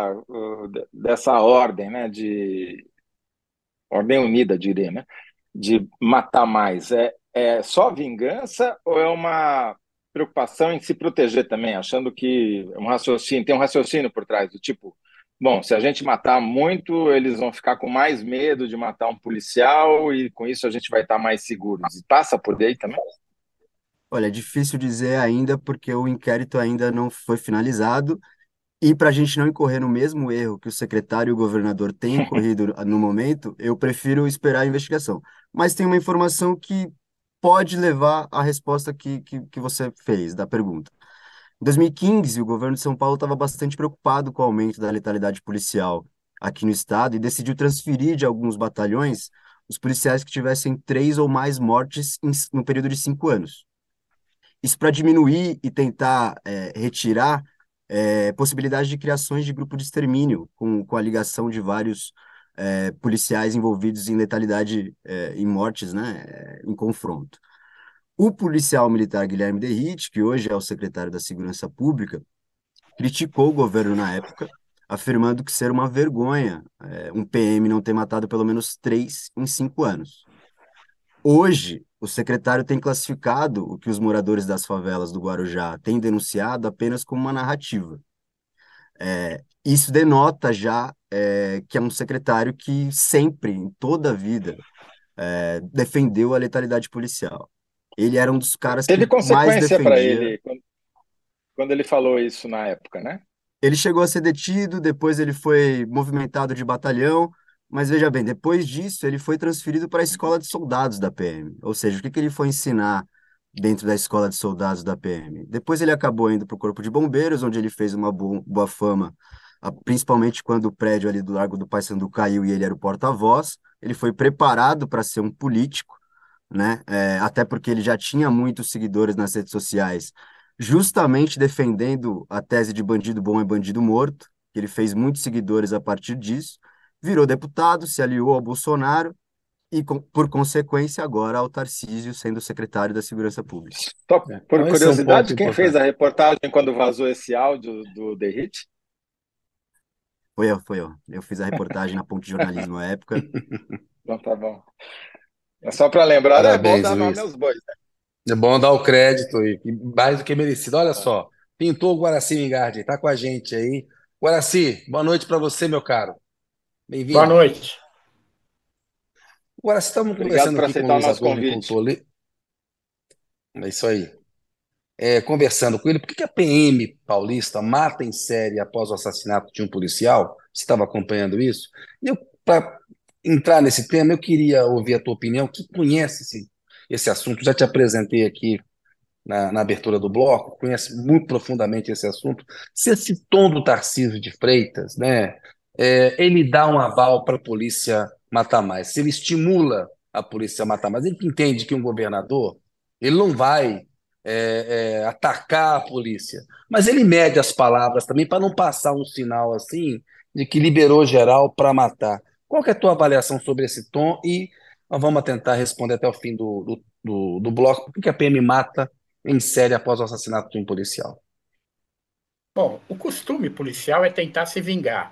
dessa ordem, né, de ordem unida, diria, né, de matar mais? É só vingança ou é uma preocupação em se proteger também, achando que tem um raciocínio por trás do tipo, bom, se a gente matar muito, eles vão ficar com mais medo de matar um policial e com isso a gente vai estar mais seguros. E passa por aí também?
Olha, é difícil dizer ainda porque o inquérito ainda não foi finalizado e para a gente não incorrer no mesmo erro que o secretário e o governador têm incorrido no momento, eu prefiro esperar a investigação. Mas tem uma informação que pode levar à resposta que você fez da pergunta. Em 2015, o governo de São Paulo estava bastante preocupado com o aumento da letalidade policial aqui no estado e decidiu transferir de alguns batalhões os policiais que tivessem 3 ou mais mortes no período de 5 anos. Isso para diminuir e tentar retirar possibilidade de criações de grupo de extermínio, com a ligação de vários policiais envolvidos em letalidade, em mortes, né, em confronto. O policial militar Guilherme Derrite, que hoje é o secretário da Segurança Pública, criticou o governo na época, afirmando que ser uma vergonha um PM não ter matado pelo menos 3 em 5 anos. Hoje, o secretário tem classificado o que os moradores das favelas do Guarujá têm denunciado apenas como uma narrativa. Isso denota já que é um secretário que sempre, em toda a vida, defendeu a letalidade policial. Ele era um dos caras que
Teve
mais
consequência para
defendia.
ele quando ele falou isso na época, né?
Ele chegou a ser detido, depois ele foi movimentado de batalhão, mas veja bem, depois disso ele foi transferido para a escola de soldados da PM. Ou seja, o que que ele foi ensinar dentro da escola de soldados da PM? Depois ele acabou indo para o Corpo de Bombeiros, onde ele fez uma boa fama, principalmente quando o prédio ali do Largo do Paissandu caiu e ele era o porta-voz. Ele foi preparado para ser um político, né? Até porque ele já tinha muitos seguidores nas redes sociais, justamente defendendo a tese de bandido bom é bandido morto, que ele fez muitos seguidores a partir disso, virou deputado, se aliou ao Bolsonaro e, por consequência, agora ao Tarcísio sendo secretário da Segurança Pública.
Só por
Então, esse é um ponto
curiosidade, quem fez
importante.
a reportagem quando vazou esse áudio do The Hit?
Foi eu, foi eu. Eu fiz a reportagem na Ponte Jornalismo à época.
Então tá bom. É só para lembrar, é bom
Parabéns,
dar nome
Luiz.
aos bois, né?
É bom dar o crédito e mais do que merecido. Olha só, pintou o Guaraci Mingardi, tá com a gente aí. Guaraci, boa noite para você, meu caro.
Boa
Bem-vindo.
noite.
Guaraci, estamos
Obrigado
conversando
por
aqui com o
aceitar o
Luiz
nosso
Adorno e com o
convite.
Toledo. É isso aí. Conversando com ele, por que que a PM paulista mata em série após o assassinato de um policial? Você estava acompanhando isso? E eu, para entrar nesse tema, eu queria ouvir a tua opinião, que conhece esse assunto. Já te apresentei aqui na abertura do bloco, conhece muito profundamente esse assunto. Se esse tom do Tarcísio de Freitas, né, ele dá um aval para a polícia matar mais, se ele estimula a polícia a matar mais, ele entende que um governador ele não vai atacar a polícia, mas ele mede as palavras também para não passar um sinal assim de que liberou geral para matar. Qual que é a tua avaliação sobre esse tom? E nós vamos tentar responder até o fim do bloco. Por que que a PM mata em série após o assassinato de um policial?
Bom, o costume policial é tentar se vingar.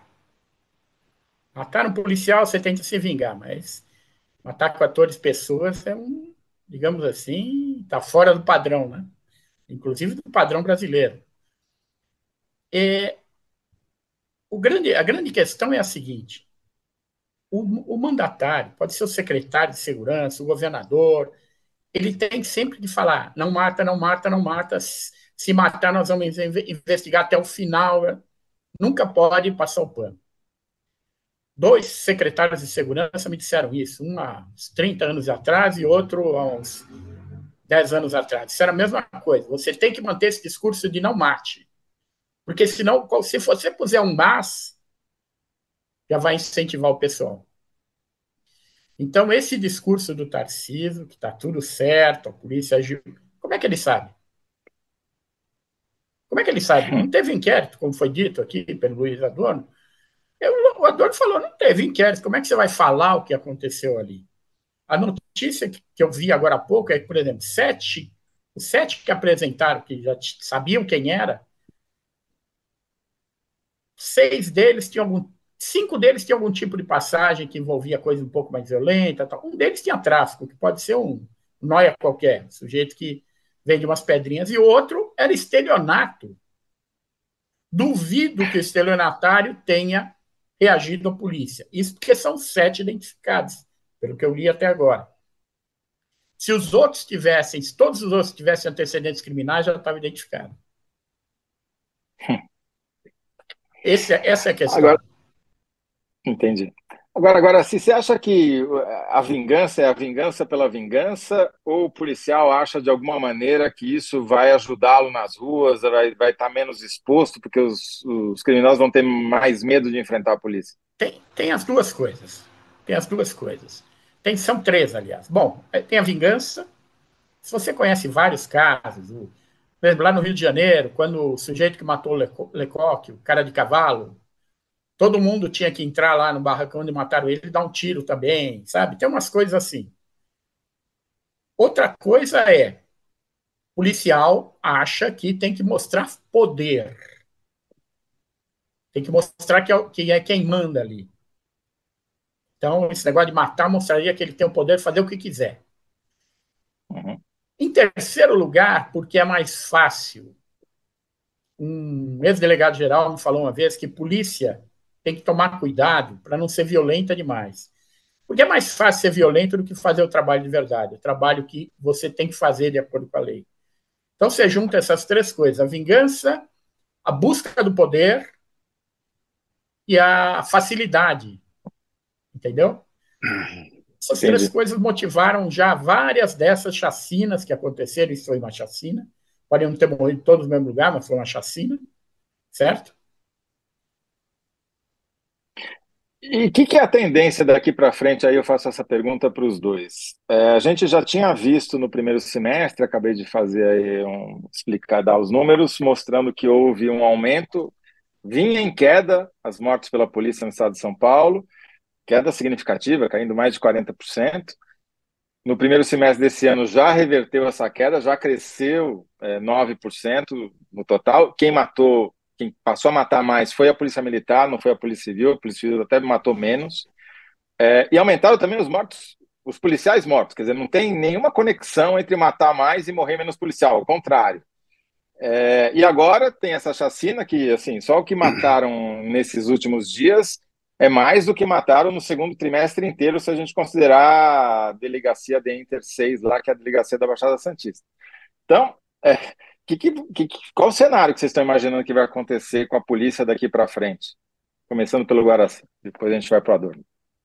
Matar um policial, você tenta se vingar, mas matar 14 pessoas é digamos assim, está fora do padrão, né? Inclusive do padrão brasileiro. E a grande questão é a seguinte: o mandatário, pode ser o secretário de segurança, o governador, ele tem sempre de falar: não mata, não mata, não mata. Se matar, nós vamos investigar até o final. Nunca pode passar o pano. Dois secretários de segurança me disseram isso, um há uns 30 anos atrás e outro há uns 10 anos atrás. Isso era a mesma coisa. Você tem que manter esse discurso de não mate. Porque senão, se você puser um mas, já vai incentivar o pessoal. Então, esse discurso do Tarcísio, que está tudo certo, a polícia agiu. Como é que ele sabe? Como é que ele sabe? Não teve inquérito, como foi dito aqui pelo Luiz Adorno. O Adorno falou: não teve inquérito. Como é que você vai falar o que aconteceu ali? A notícia que eu vi agora há pouco é que, por exemplo, os 7 que apresentaram, que já sabiam quem era, 6 deles tinham 5 deles tinham algum tipo de passagem que envolvia coisa um pouco mais violenta. Tal. Um deles tinha tráfico, que pode ser um noia qualquer, um sujeito que vende umas pedrinhas, e o outro era estelionato. Duvido que o estelionatário tenha reagido à polícia. Isso porque são 7 identificados, pelo que eu li até agora. Se os outros tivessem, se todos os outros tivessem antecedentes criminais, já estava identificado. Essa é a
Agora,
questão.
entendi. Agora, se você acha que a vingança é a vingança pela vingança, ou o policial acha de alguma maneira que isso vai ajudá-lo nas ruas, vai estar menos exposto, porque os criminosos vão ter mais medo de enfrentar a polícia?
Tem as duas coisas. Tem as duas coisas. São 3, aliás. Bom, tem a vingança. Se você conhece vários casos, por exemplo, lá no Rio de Janeiro, quando o sujeito que matou o Lecoq, o cara de cavalo, todo mundo tinha que entrar lá no barracão onde mataram ele e dar um tiro também, sabe? Tem umas coisas assim. Outra coisa é, policial acha que tem que mostrar poder, tem que mostrar que é quem manda ali. Então, esse negócio de matar mostraria que ele tem o poder de fazer o que quiser.
Uhum.
Em terceiro lugar, porque é mais fácil. Um ex-delegado-geral me falou uma vez que polícia tem que tomar cuidado para não ser violenta demais. Porque é mais fácil ser violento do que fazer o trabalho de verdade, o trabalho que você tem que fazer de acordo com a lei. Então, você junta essas 3 coisas: a vingança, a busca do poder e a facilidade, entendeu? Essas 3
Entendi.
coisas motivaram já várias dessas chacinas que aconteceram. Isso foi uma chacina. Podem não ter morrido todos no mesmo lugar, mas foi uma chacina, certo?
E o que é a tendência daqui para frente? Aí eu faço essa pergunta para os dois. A gente já tinha visto no primeiro semestre, acabei de fazer aí explicar, dar os números, mostrando que houve um aumento, vinha em queda as mortes pela polícia no estado de São Paulo, queda significativa, caindo mais de 40%. No primeiro semestre desse ano já reverteu essa queda, já cresceu 9% no total. Quem passou a matar mais foi a Polícia Militar, não foi a Polícia Civil até matou menos. E aumentaram também os mortos, os policiais mortos, quer dizer, não tem nenhuma conexão entre matar mais e morrer menos policial, ao contrário. E agora tem essa chacina que, assim, só o que mataram nesses últimos dias é mais do que mataram no segundo trimestre inteiro, se a gente considerar a delegacia de Inter 6 lá, que é a delegacia da Baixada Santista. Então, qual o cenário que vocês estão imaginando que vai acontecer com a polícia daqui para frente? Começando pelo Guaraci, depois a gente vai para o Adorno.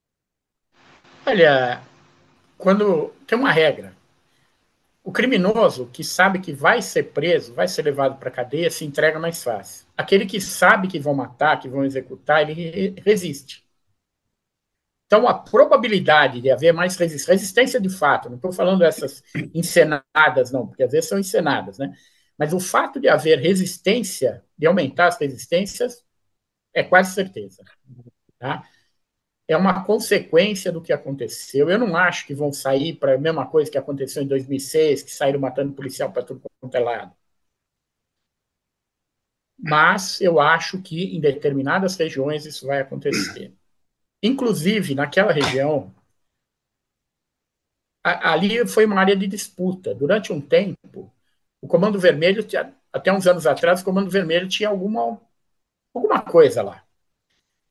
Olha, quando tem uma regra, o criminoso que sabe que vai ser preso, vai ser levado para a cadeia, se entrega mais fácil. Aquele que sabe que vão matar, que vão executar, ele resiste. Então, a probabilidade de haver mais resistência de fato, não estou falando essas encenadas, não, porque às vezes são encenadas, né? Mas o fato de haver resistência, de aumentar as resistências, é quase certeza. Tá? É uma consequência do que aconteceu. Eu não acho que vão sair para a mesma coisa que aconteceu em 2006, que saíram matando policial para tudo quanto é lado. Mas eu acho que em determinadas regiões isso vai acontecer. Inclusive, naquela região, ali foi uma área de disputa. Durante um tempo, o Comando Vermelho, até uns anos atrás, o Comando Vermelho tinha alguma coisa lá.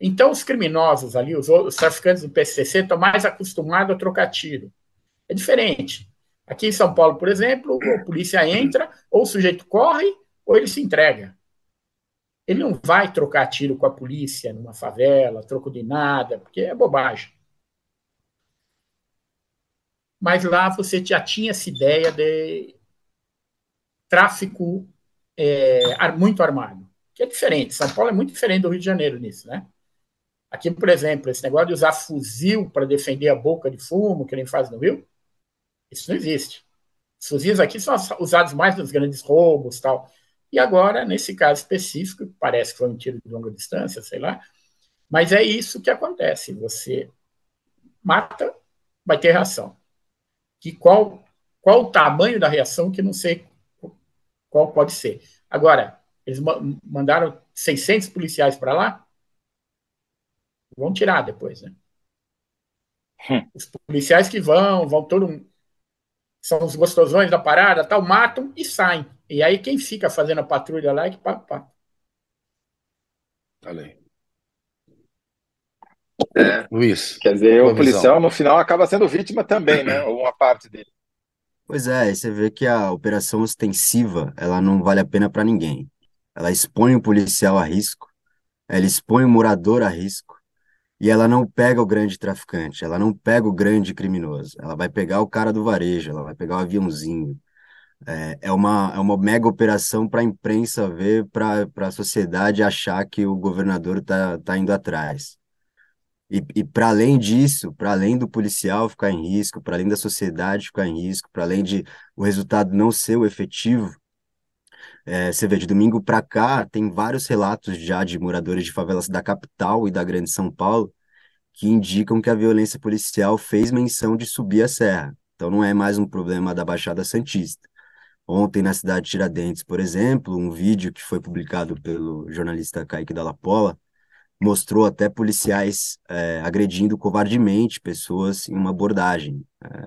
Então, os criminosos ali, os traficantes do PCC, estão mais acostumados a trocar tiro. É diferente. Aqui em São Paulo, por exemplo, a polícia entra, ou o sujeito corre, ou ele se entrega. Ele não vai trocar tiro com a polícia numa favela, troco de nada, porque é bobagem. Mas lá você já tinha essa ideia de tráfico muito armado, que é diferente. São Paulo é muito diferente do Rio de Janeiro nisso, né? Aqui, por exemplo, esse negócio de usar fuzil para defender a boca de fumo, que nem faz no Rio, isso não existe. Os fuzis aqui são usados mais nos grandes roubos e tal. E agora, nesse caso específico, parece que foi um tiro de longa distância, sei lá, mas é isso que acontece. Você mata, vai ter reação. Que qual o tamanho da reação que não sei qual pode ser. Agora, eles mandaram 600 policiais para lá, vão tirar depois, né? Os policiais que vão todo são os gostosões da parada, tal, matam e saem. E aí quem fica fazendo a patrulha lá é que pá.
Olha aí.
É,
Luiz,
quer dizer, o
tua
policial
visão.
no final acaba sendo vítima também, né? Ou uma parte dele.
Pois é, e você vê que a operação ostensiva, ela não vale a pena para ninguém. Ela expõe o policial a risco, ela expõe o morador a risco, e ela não pega o grande traficante, ela não pega o grande criminoso, ela vai pegar o cara do varejo, ela vai pegar o aviãozinho. É uma mega operação para a imprensa ver, para a sociedade achar que o governador tá indo atrás. E para além disso, para além do policial ficar em risco, para além da sociedade ficar em risco, para além de o resultado não ser o efetivo, você vê, de domingo para cá, tem vários relatos já de moradores de favelas da capital e da Grande São Paulo que indicam que a violência policial fez menção de subir a serra. Então não é mais um problema da Baixada Santista. Ontem, na cidade de Tiradentes, por exemplo, um vídeo que foi publicado pelo jornalista Kaique Dalla Polla mostrou até policiais agredindo covardemente pessoas em uma abordagem.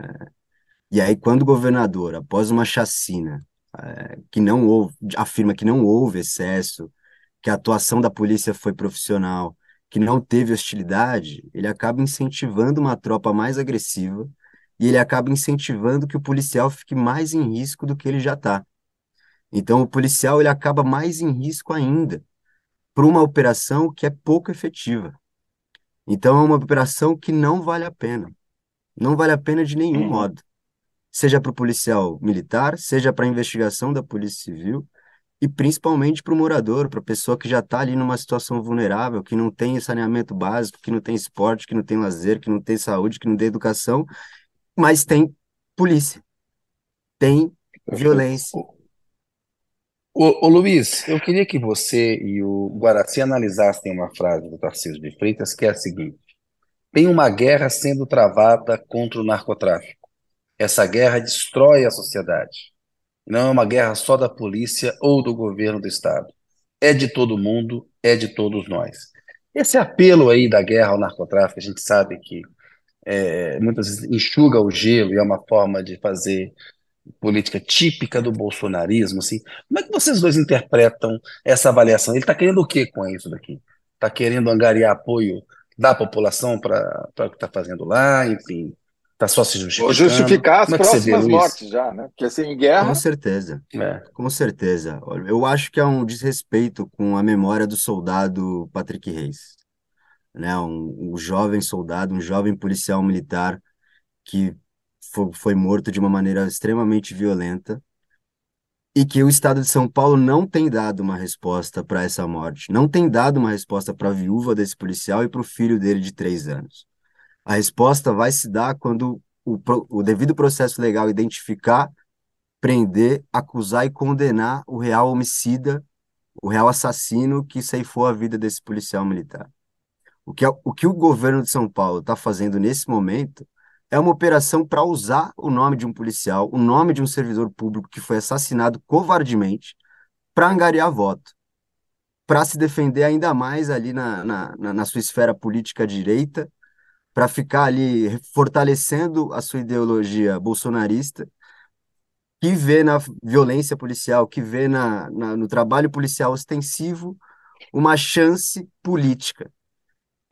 E aí, quando o governador, após uma chacina, que não houve, afirma que não houve excesso, que a atuação da polícia foi profissional, que não teve hostilidade, ele acaba incentivando uma tropa mais agressiva e ele acaba incentivando que o policial fique mais em risco do que ele já está. Então, o policial ele acaba mais em risco ainda por uma operação que é pouco efetiva. Então, é uma operação que não vale a pena. Não vale a pena de nenhum
Uhum.
modo. Seja para o policial militar, seja para a investigação da Polícia Civil e principalmente para o morador, para a pessoa que já está ali numa situação vulnerável, que não tem saneamento básico, que não tem esporte, que não tem lazer, que não tem saúde, que não tem educação, mas tem polícia, tem
Perfeito.
violência.
Ô, Luiz, eu queria que você e o Guaraci analisassem uma frase do Tarcísio de Freitas, que é a seguinte: tem uma guerra sendo travada contra o narcotráfico. Essa guerra destrói a sociedade. Não é uma guerra só da polícia ou do governo do estado. É de todo mundo, é de todos nós. Esse apelo aí da guerra ao narcotráfico, a gente sabe que muitas vezes enxuga o gelo e é uma forma de fazer política típica do bolsonarismo, assim. Como é que vocês dois interpretam essa avaliação? Ele está querendo o quê com isso daqui? Está querendo angariar apoio da população para o que está fazendo lá, enfim, está só se
Ou
justificando.
justificar as
Como é que você vê,
próximas
Luiz?
mortes já, né? Porque assim, em
Com
guerra,
certeza,
É,
com certeza. Olha, eu acho que é um desrespeito com a memória do soldado Patrick Reis, né? Um jovem soldado, um jovem policial militar que foi morto de uma maneira extremamente violenta e que o estado de São Paulo não tem dado uma resposta para essa morte, não tem dado uma resposta para a viúva desse policial e para o filho dele de 3 anos. A resposta vai se dar quando o devido processo legal identificar, prender, acusar e condenar o real homicida, o real assassino que ceifou a vida desse policial militar. O que o governo de São Paulo está fazendo nesse momento é uma operação para usar o nome de um policial, o nome de um servidor público que foi assassinado covardemente, para angariar voto, para se defender ainda mais ali na sua esfera política direita, para ficar ali fortalecendo a sua ideologia bolsonarista, que vê na violência policial, que vê no trabalho policial ostensivo uma chance política.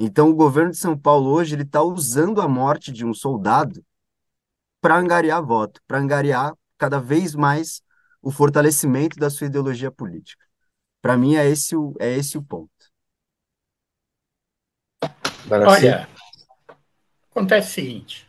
Então, o governo de São Paulo hoje ele está usando a morte de um soldado para angariar voto, para angariar cada vez mais o fortalecimento da sua ideologia política. Para mim, é esse o ponto.
Agora, sim,
Olha, acontece o seguinte: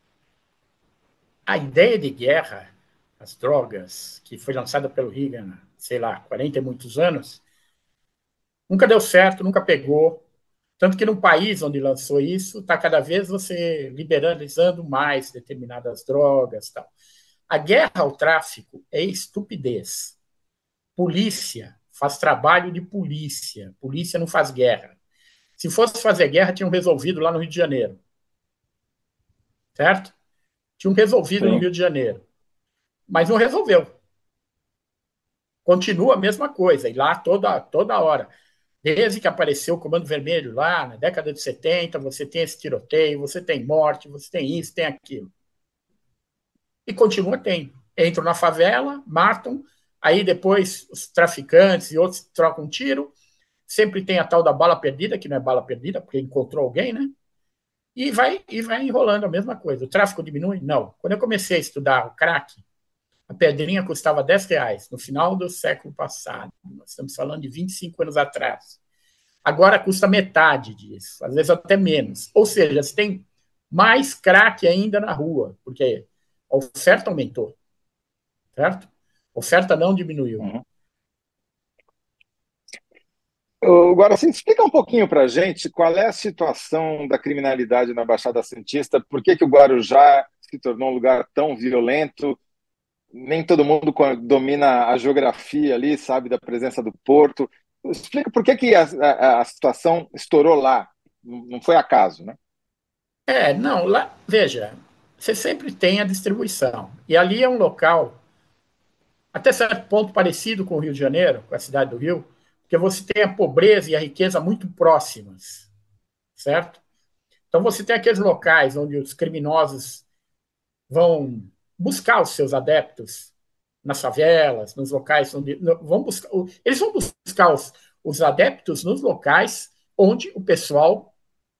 a ideia de guerra, as drogas, que foi lançada pelo Reagan, sei lá, 40 e muitos anos, nunca deu certo, nunca pegou. Tanto que no país onde lançou isso, está cada vez você liberalizando mais determinadas drogas. Tal. A guerra ao tráfico é estupidez. Polícia faz trabalho de polícia. Polícia não faz guerra. Se fosse fazer guerra, tinham resolvido lá no Rio de Janeiro. Certo? Tinham resolvido no
Sim.
Rio de Janeiro. Mas não resolveu. Continua a mesma coisa. E lá toda hora. Desde que apareceu o Comando Vermelho lá, na década de 70, você tem esse tiroteio, você tem morte, você tem isso, tem aquilo. E continua tendo. Entram na favela, matam, aí depois os traficantes e outros trocam um tiro. Sempre tem a tal da bala perdida, que não é bala perdida, porque encontrou alguém, né? E vai enrolando a mesma coisa. O tráfico diminui? Não. Quando eu comecei a estudar o crack, a pedrinha custava R$ 10 no final do século passado. Nós estamos falando de 25 anos atrás. Agora custa metade disso, às vezes até menos. Ou seja, você tem mais crack ainda na rua, porque a oferta aumentou, certo? A oferta não diminuiu.
Uhum. Agora, assim, explica um pouquinho para a gente qual é a situação da criminalidade na Baixada Santista, por que que o Guarujá se tornou um lugar tão violento, nem todo mundo domina a geografia ali, sabe, da presença do porto. Explica por que que a situação estourou lá, não foi acaso, né?
Não, lá, veja, você sempre tem a distribuição. E ali é um local, até certo ponto, parecido com o Rio de Janeiro, com a cidade do Rio, porque você tem a pobreza e a riqueza muito próximas, certo? Então você tem aqueles locais onde os criminosos vão buscar os seus adeptos nas favelas, nos locais onde vão buscar, eles vão buscar os adeptos nos locais onde o pessoal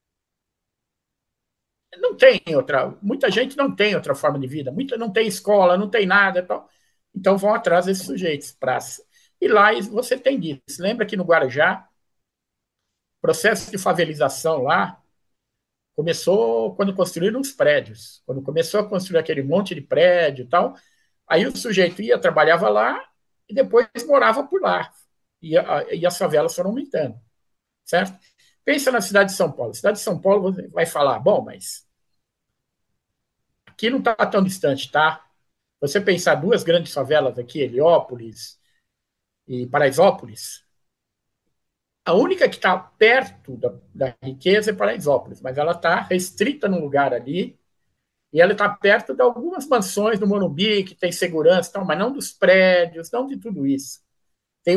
não tem outra, muita gente não tem outra forma de vida, muita não tem escola, não tem nada, então vão atrás desses sujeitos e lá você tem disso. Lembra que no Guarujá, o processo de favelização lá começou quando construíram os prédios, quando começou a construir aquele monte de prédio e tal. Aí o sujeito ia, trabalhava lá e depois morava por lá. E as favelas foram aumentando, certo? Pensa na cidade de São Paulo. A cidade de São Paulo você vai falar, bom, mas aqui não está tão distante, tá? Você pensar duas grandes favelas aqui, Heliópolis e Paraisópolis, a única que está perto da riqueza é Paraisópolis, mas ela está restrita num lugar ali e ela está perto de algumas mansões do Morumbi, que tem segurança, tal, mas não dos prédios, não de tudo isso. Tem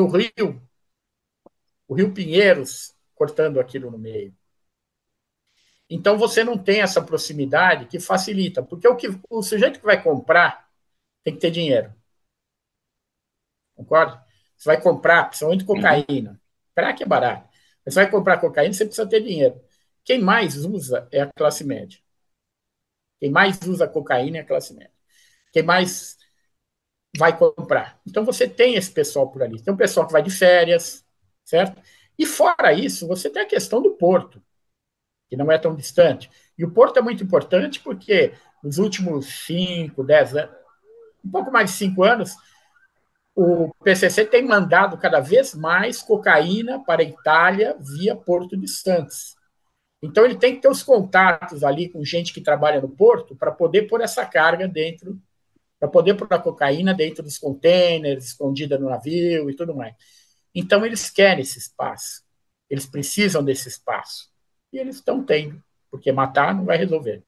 o Rio Pinheiros, cortando aquilo no meio. Então você não tem essa proximidade que facilita, porque o sujeito que vai comprar tem que ter dinheiro, concorda? Você vai comprar, principalmente
Uhum.
cocaína. Crack é barato. Mas você vai comprar cocaína, você precisa ter dinheiro. Quem mais usa é a classe média. Quem mais usa cocaína é a classe média. Quem mais vai comprar. Então você tem esse pessoal por ali. Tem um pessoal que vai de férias, certo? E fora isso, você tem a questão do porto, que não é tão distante. E o porto é muito importante porque nos últimos 5, 10 anos, um pouco mais de 5 anos, o PCC tem mandado cada vez mais cocaína para a Itália via Porto de Santos. Então ele tem que ter os contatos ali com gente que trabalha no porto para poder pôr essa carga dentro, para poder pôr a cocaína dentro dos containers, escondida no navio e tudo mais. Então eles querem esse espaço, eles precisam desse espaço. E eles estão tendo, porque matar não vai resolver.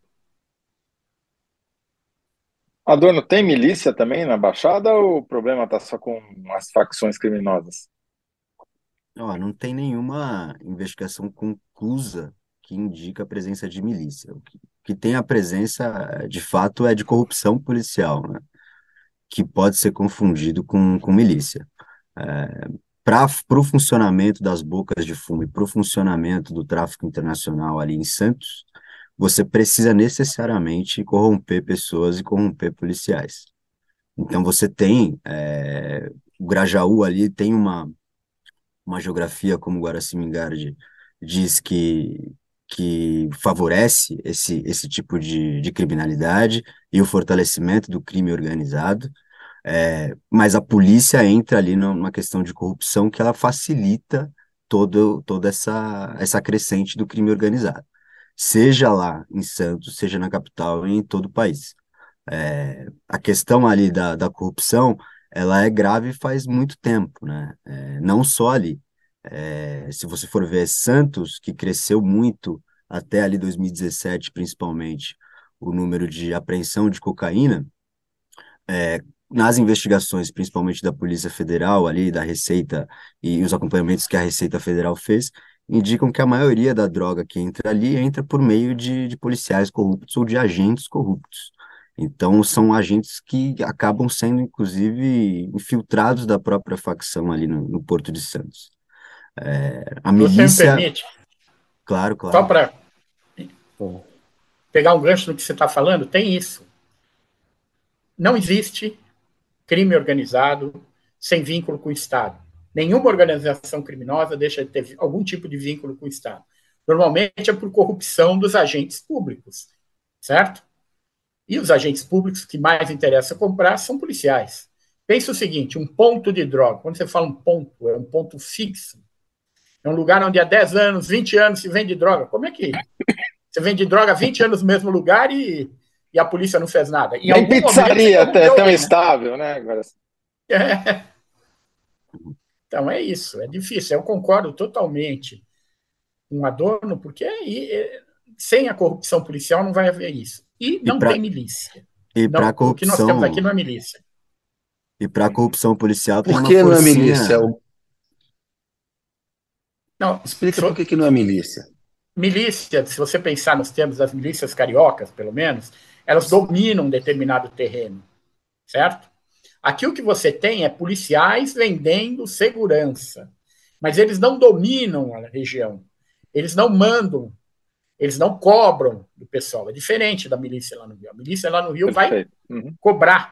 Adorno, tem milícia também na Baixada ou o problema está só com as facções criminosas?
Ó, não tem nenhuma investigação conclusa que indica a presença de milícia. O que tem a presença, de fato, é de corrupção policial, né? Que pode ser confundido com milícia. para o funcionamento das bocas de fumo e para o funcionamento do tráfico internacional ali em Santos, você precisa necessariamente corromper pessoas e corromper policiais. Então você tem, o Grajaú ali tem uma geografia, como Guaraci-Mingard diz, que favorece esse tipo de criminalidade e o fortalecimento do crime organizado. Mas a polícia entra ali numa questão de corrupção que ela facilita toda essa crescente do crime organizado, seja lá em Santos, seja na capital e em todo o país. A questão ali da corrupção, ela é grave faz muito tempo, né? Não só ali. Se você for ver Santos, que cresceu muito até ali 2017, principalmente, o número de apreensão de cocaína, é, nas investigações, principalmente da Polícia Federal, ali, da Receita, e os acompanhamentos que a Receita Federal fez, indicam que a maioria da droga que entra ali entra por meio de policiais corruptos ou de agentes corruptos. Então, são agentes que acabam sendo, inclusive, infiltrados da própria facção ali no Porto de Santos. A
Se você me
milícia,
permite,
claro,
só
claro.
para pegar um gancho no que você está falando, tem isso. Não existe crime organizado sem vínculo com o Estado. Nenhuma organização criminosa deixa de ter algum tipo de vínculo com o Estado. Normalmente é por corrupção dos agentes públicos, certo? E os agentes públicos que mais interessa comprar são policiais. Pensa o seguinte, um ponto de droga, quando você fala um ponto, é um ponto fixo. É um lugar onde há 10 anos, 20 anos se vende droga. Como é que você vende droga há 20 anos no mesmo lugar e a polícia não fez nada? Em
Nem
algum momento você
pizzaria é
corrompeu
tão
alguém, né?
estável, né? Agora,
É. Então é isso, é difícil. Eu concordo totalmente com Adorno, porque sem a corrupção policial não vai haver isso. E
E
não
para
tem milícia.
e para
Não, o que nós temos aqui
corrupção
não é milícia.
e para corrupção policial tem
Por
uma
que não é milícia?
forcinha.
Não,
Explica por que não é milícia.
milícia, se você pensar nos termos das milícias cariocas, pelo menos, elas dominam um determinado terreno, certo? Aqui o que você tem é policiais vendendo segurança, mas eles não dominam a região, eles não mandam, eles não cobram do pessoal. É diferente da milícia lá no Rio. A milícia lá no Rio vai
perfeito. Uhum.
cobrar.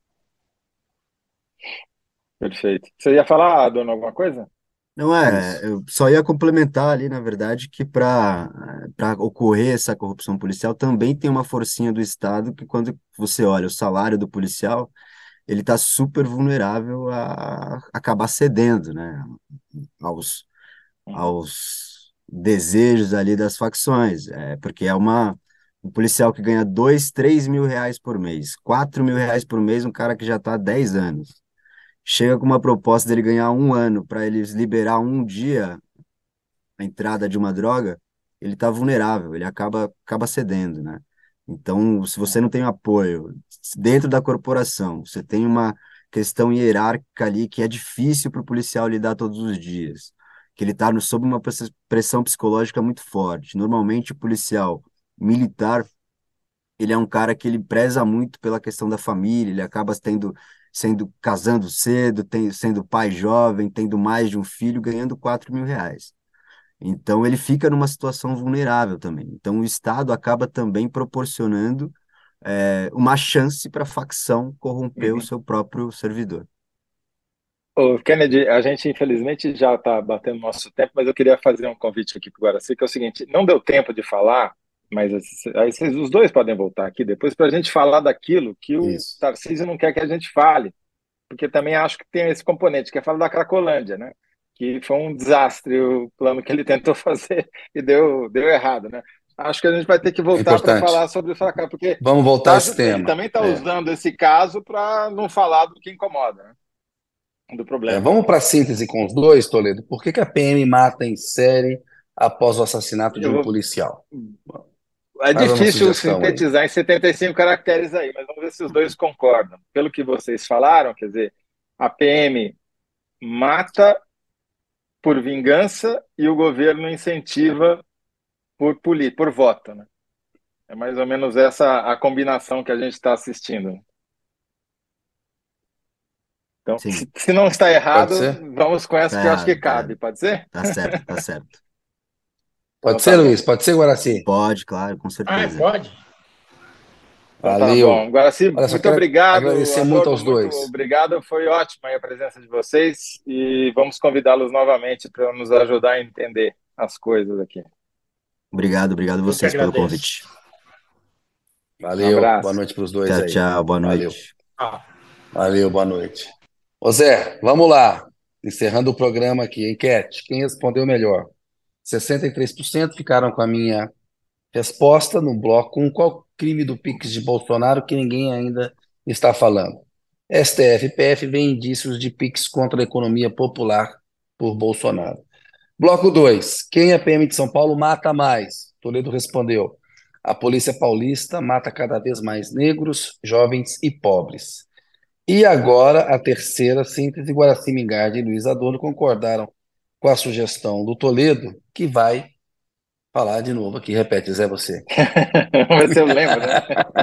Perfeito. Você ia falar, dona, alguma coisa?
Não
Isso.
eu só ia complementar ali, na verdade, que para ocorrer essa corrupção policial também tem uma forcinha do Estado que quando você olha o salário do policial, ele está super vulnerável a acabar cedendo, né, aos,
Uhum.
aos desejos ali das facções, porque um policial que ganha 2, 3 mil reais por mês, 4 mil reais por mês, um cara que já está há 10 anos. Chega com uma proposta dele ganhar um ano para eles liberar um dia a entrada de uma droga, ele está vulnerável, ele acaba cedendo, né? Então, se você não tem apoio dentro da corporação, você tem uma questão hierárquica ali que é difícil para o policial lidar todos os dias, que ele está sob uma pressão psicológica muito forte. Normalmente, o policial militar ele é um cara que ele preza muito pela questão da família, ele acaba sendo casando cedo, sendo pai jovem, tendo mais de um filho, ganhando 4 mil reais. Então ele fica numa situação vulnerável também. Então o Estado acaba também proporcionando uma chance para a facção corromper o
Uhum.
seu próprio servidor.
Ô, Kennedy, a gente infelizmente já está batendo nosso tempo, mas eu queria fazer um convite aqui para o Guaraci, que é o seguinte: não deu tempo de falar, mas aí os dois podem voltar aqui depois para a gente falar daquilo que o
Isso.
Tarcísio não quer que a gente fale, porque também acho que tem esse componente, que é falar da Cracolândia, né? Que foi um desastre o plano que ele tentou fazer e deu errado, né? Acho que a gente vai ter que
É
voltar para
importante.
falar sobre o fracasso, porque
Vamos voltar a esse
ele
tema.
também está usando esse caso para não falar do que incomoda, né? Do problema.
Vamos para a síntese com os dois, Toledo. Por que a PM mata em série após o assassinato de
Eu
um
vou...
policial?
É
Faz uma
difícil
sugestão aí.
sintetizar em 75 caracteres aí, mas vamos ver se os dois concordam. Pelo que vocês falaram, quer dizer, a PM mata por vingança e o governo incentiva por voto, né? É mais ou menos essa a combinação que a gente está assistindo. Então,
Sim,
se não está
Pode
errado,
ser?
vamos com essa
tá
que eu acho que
errado, tá errado.
cabe, pode ser?
Tá certo, tá certo.
Então
Pode
tá
ser,
bom.
Luiz? Pode ser, Guaraci?
Pode, claro, com
Ah,
certeza.
pode.
Então tá bom.
Valeu.
Guaraci,
Olha só,
muito
quero
obrigado,
agradecer muito
Adorno,
aos
muito
dois.
obrigado. Foi ótima aí a presença de vocês e vamos convidá-los novamente para nos ajudar a entender as coisas aqui.
Obrigado, obrigado
Eu que
vocês pelo
agradeço.
convite.
Um
Valeu. Boa
abraço.
noite para os dois
Tchau,
aí.
tchau, boa
Valeu.
noite.
Ah,
Valeu, boa noite. Ô Zé, vamos lá. Encerrando o programa aqui. Enquete. Quem respondeu melhor? 63% ficaram com a minha resposta no bloco 1. Qual crime do Pix de Bolsonaro que ninguém ainda está falando? STF e PF vê indícios de Pix contra a economia popular por Bolsonaro. Bloco 2. Quem a PM de São Paulo mata mais? Toledo respondeu. A polícia paulista mata cada vez mais negros, jovens e pobres. E agora, a terceira síntese, Guaraci Mingardi e Luiz Adorno concordaram com a sugestão do Toledo, que vai falar de novo aqui. Repete, Zé, você.
Vamos ver se eu lembro, né?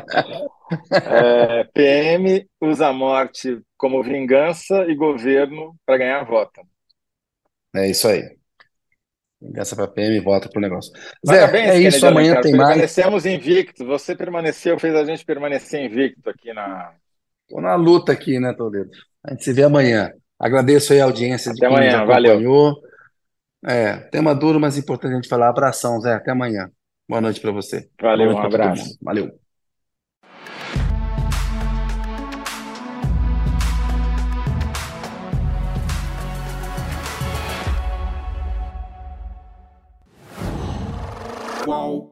PM usa a morte como vingança e governo para ganhar voto.
É isso aí. Vingança para PM e volta pro negócio. Zé,
Parabéns,
é isso.
Kennedy
Amanhã
Alencar.
tem mais.
Permanecemos invictos. Você permaneceu, fez a gente permanecer invicto aqui na.
Estou na luta aqui, né, Toledo? A gente se vê amanhã. Agradeço aí a audiência de
Até
quem nos
amanhã. Valeu.
acompanhou. Tema duro, mas importante a gente falar. Abração, Zé. Até amanhã. Boa noite para você. Boa
Valeu.
noite
Um
para todo mundo.
abraço.
Valeu.
Qual?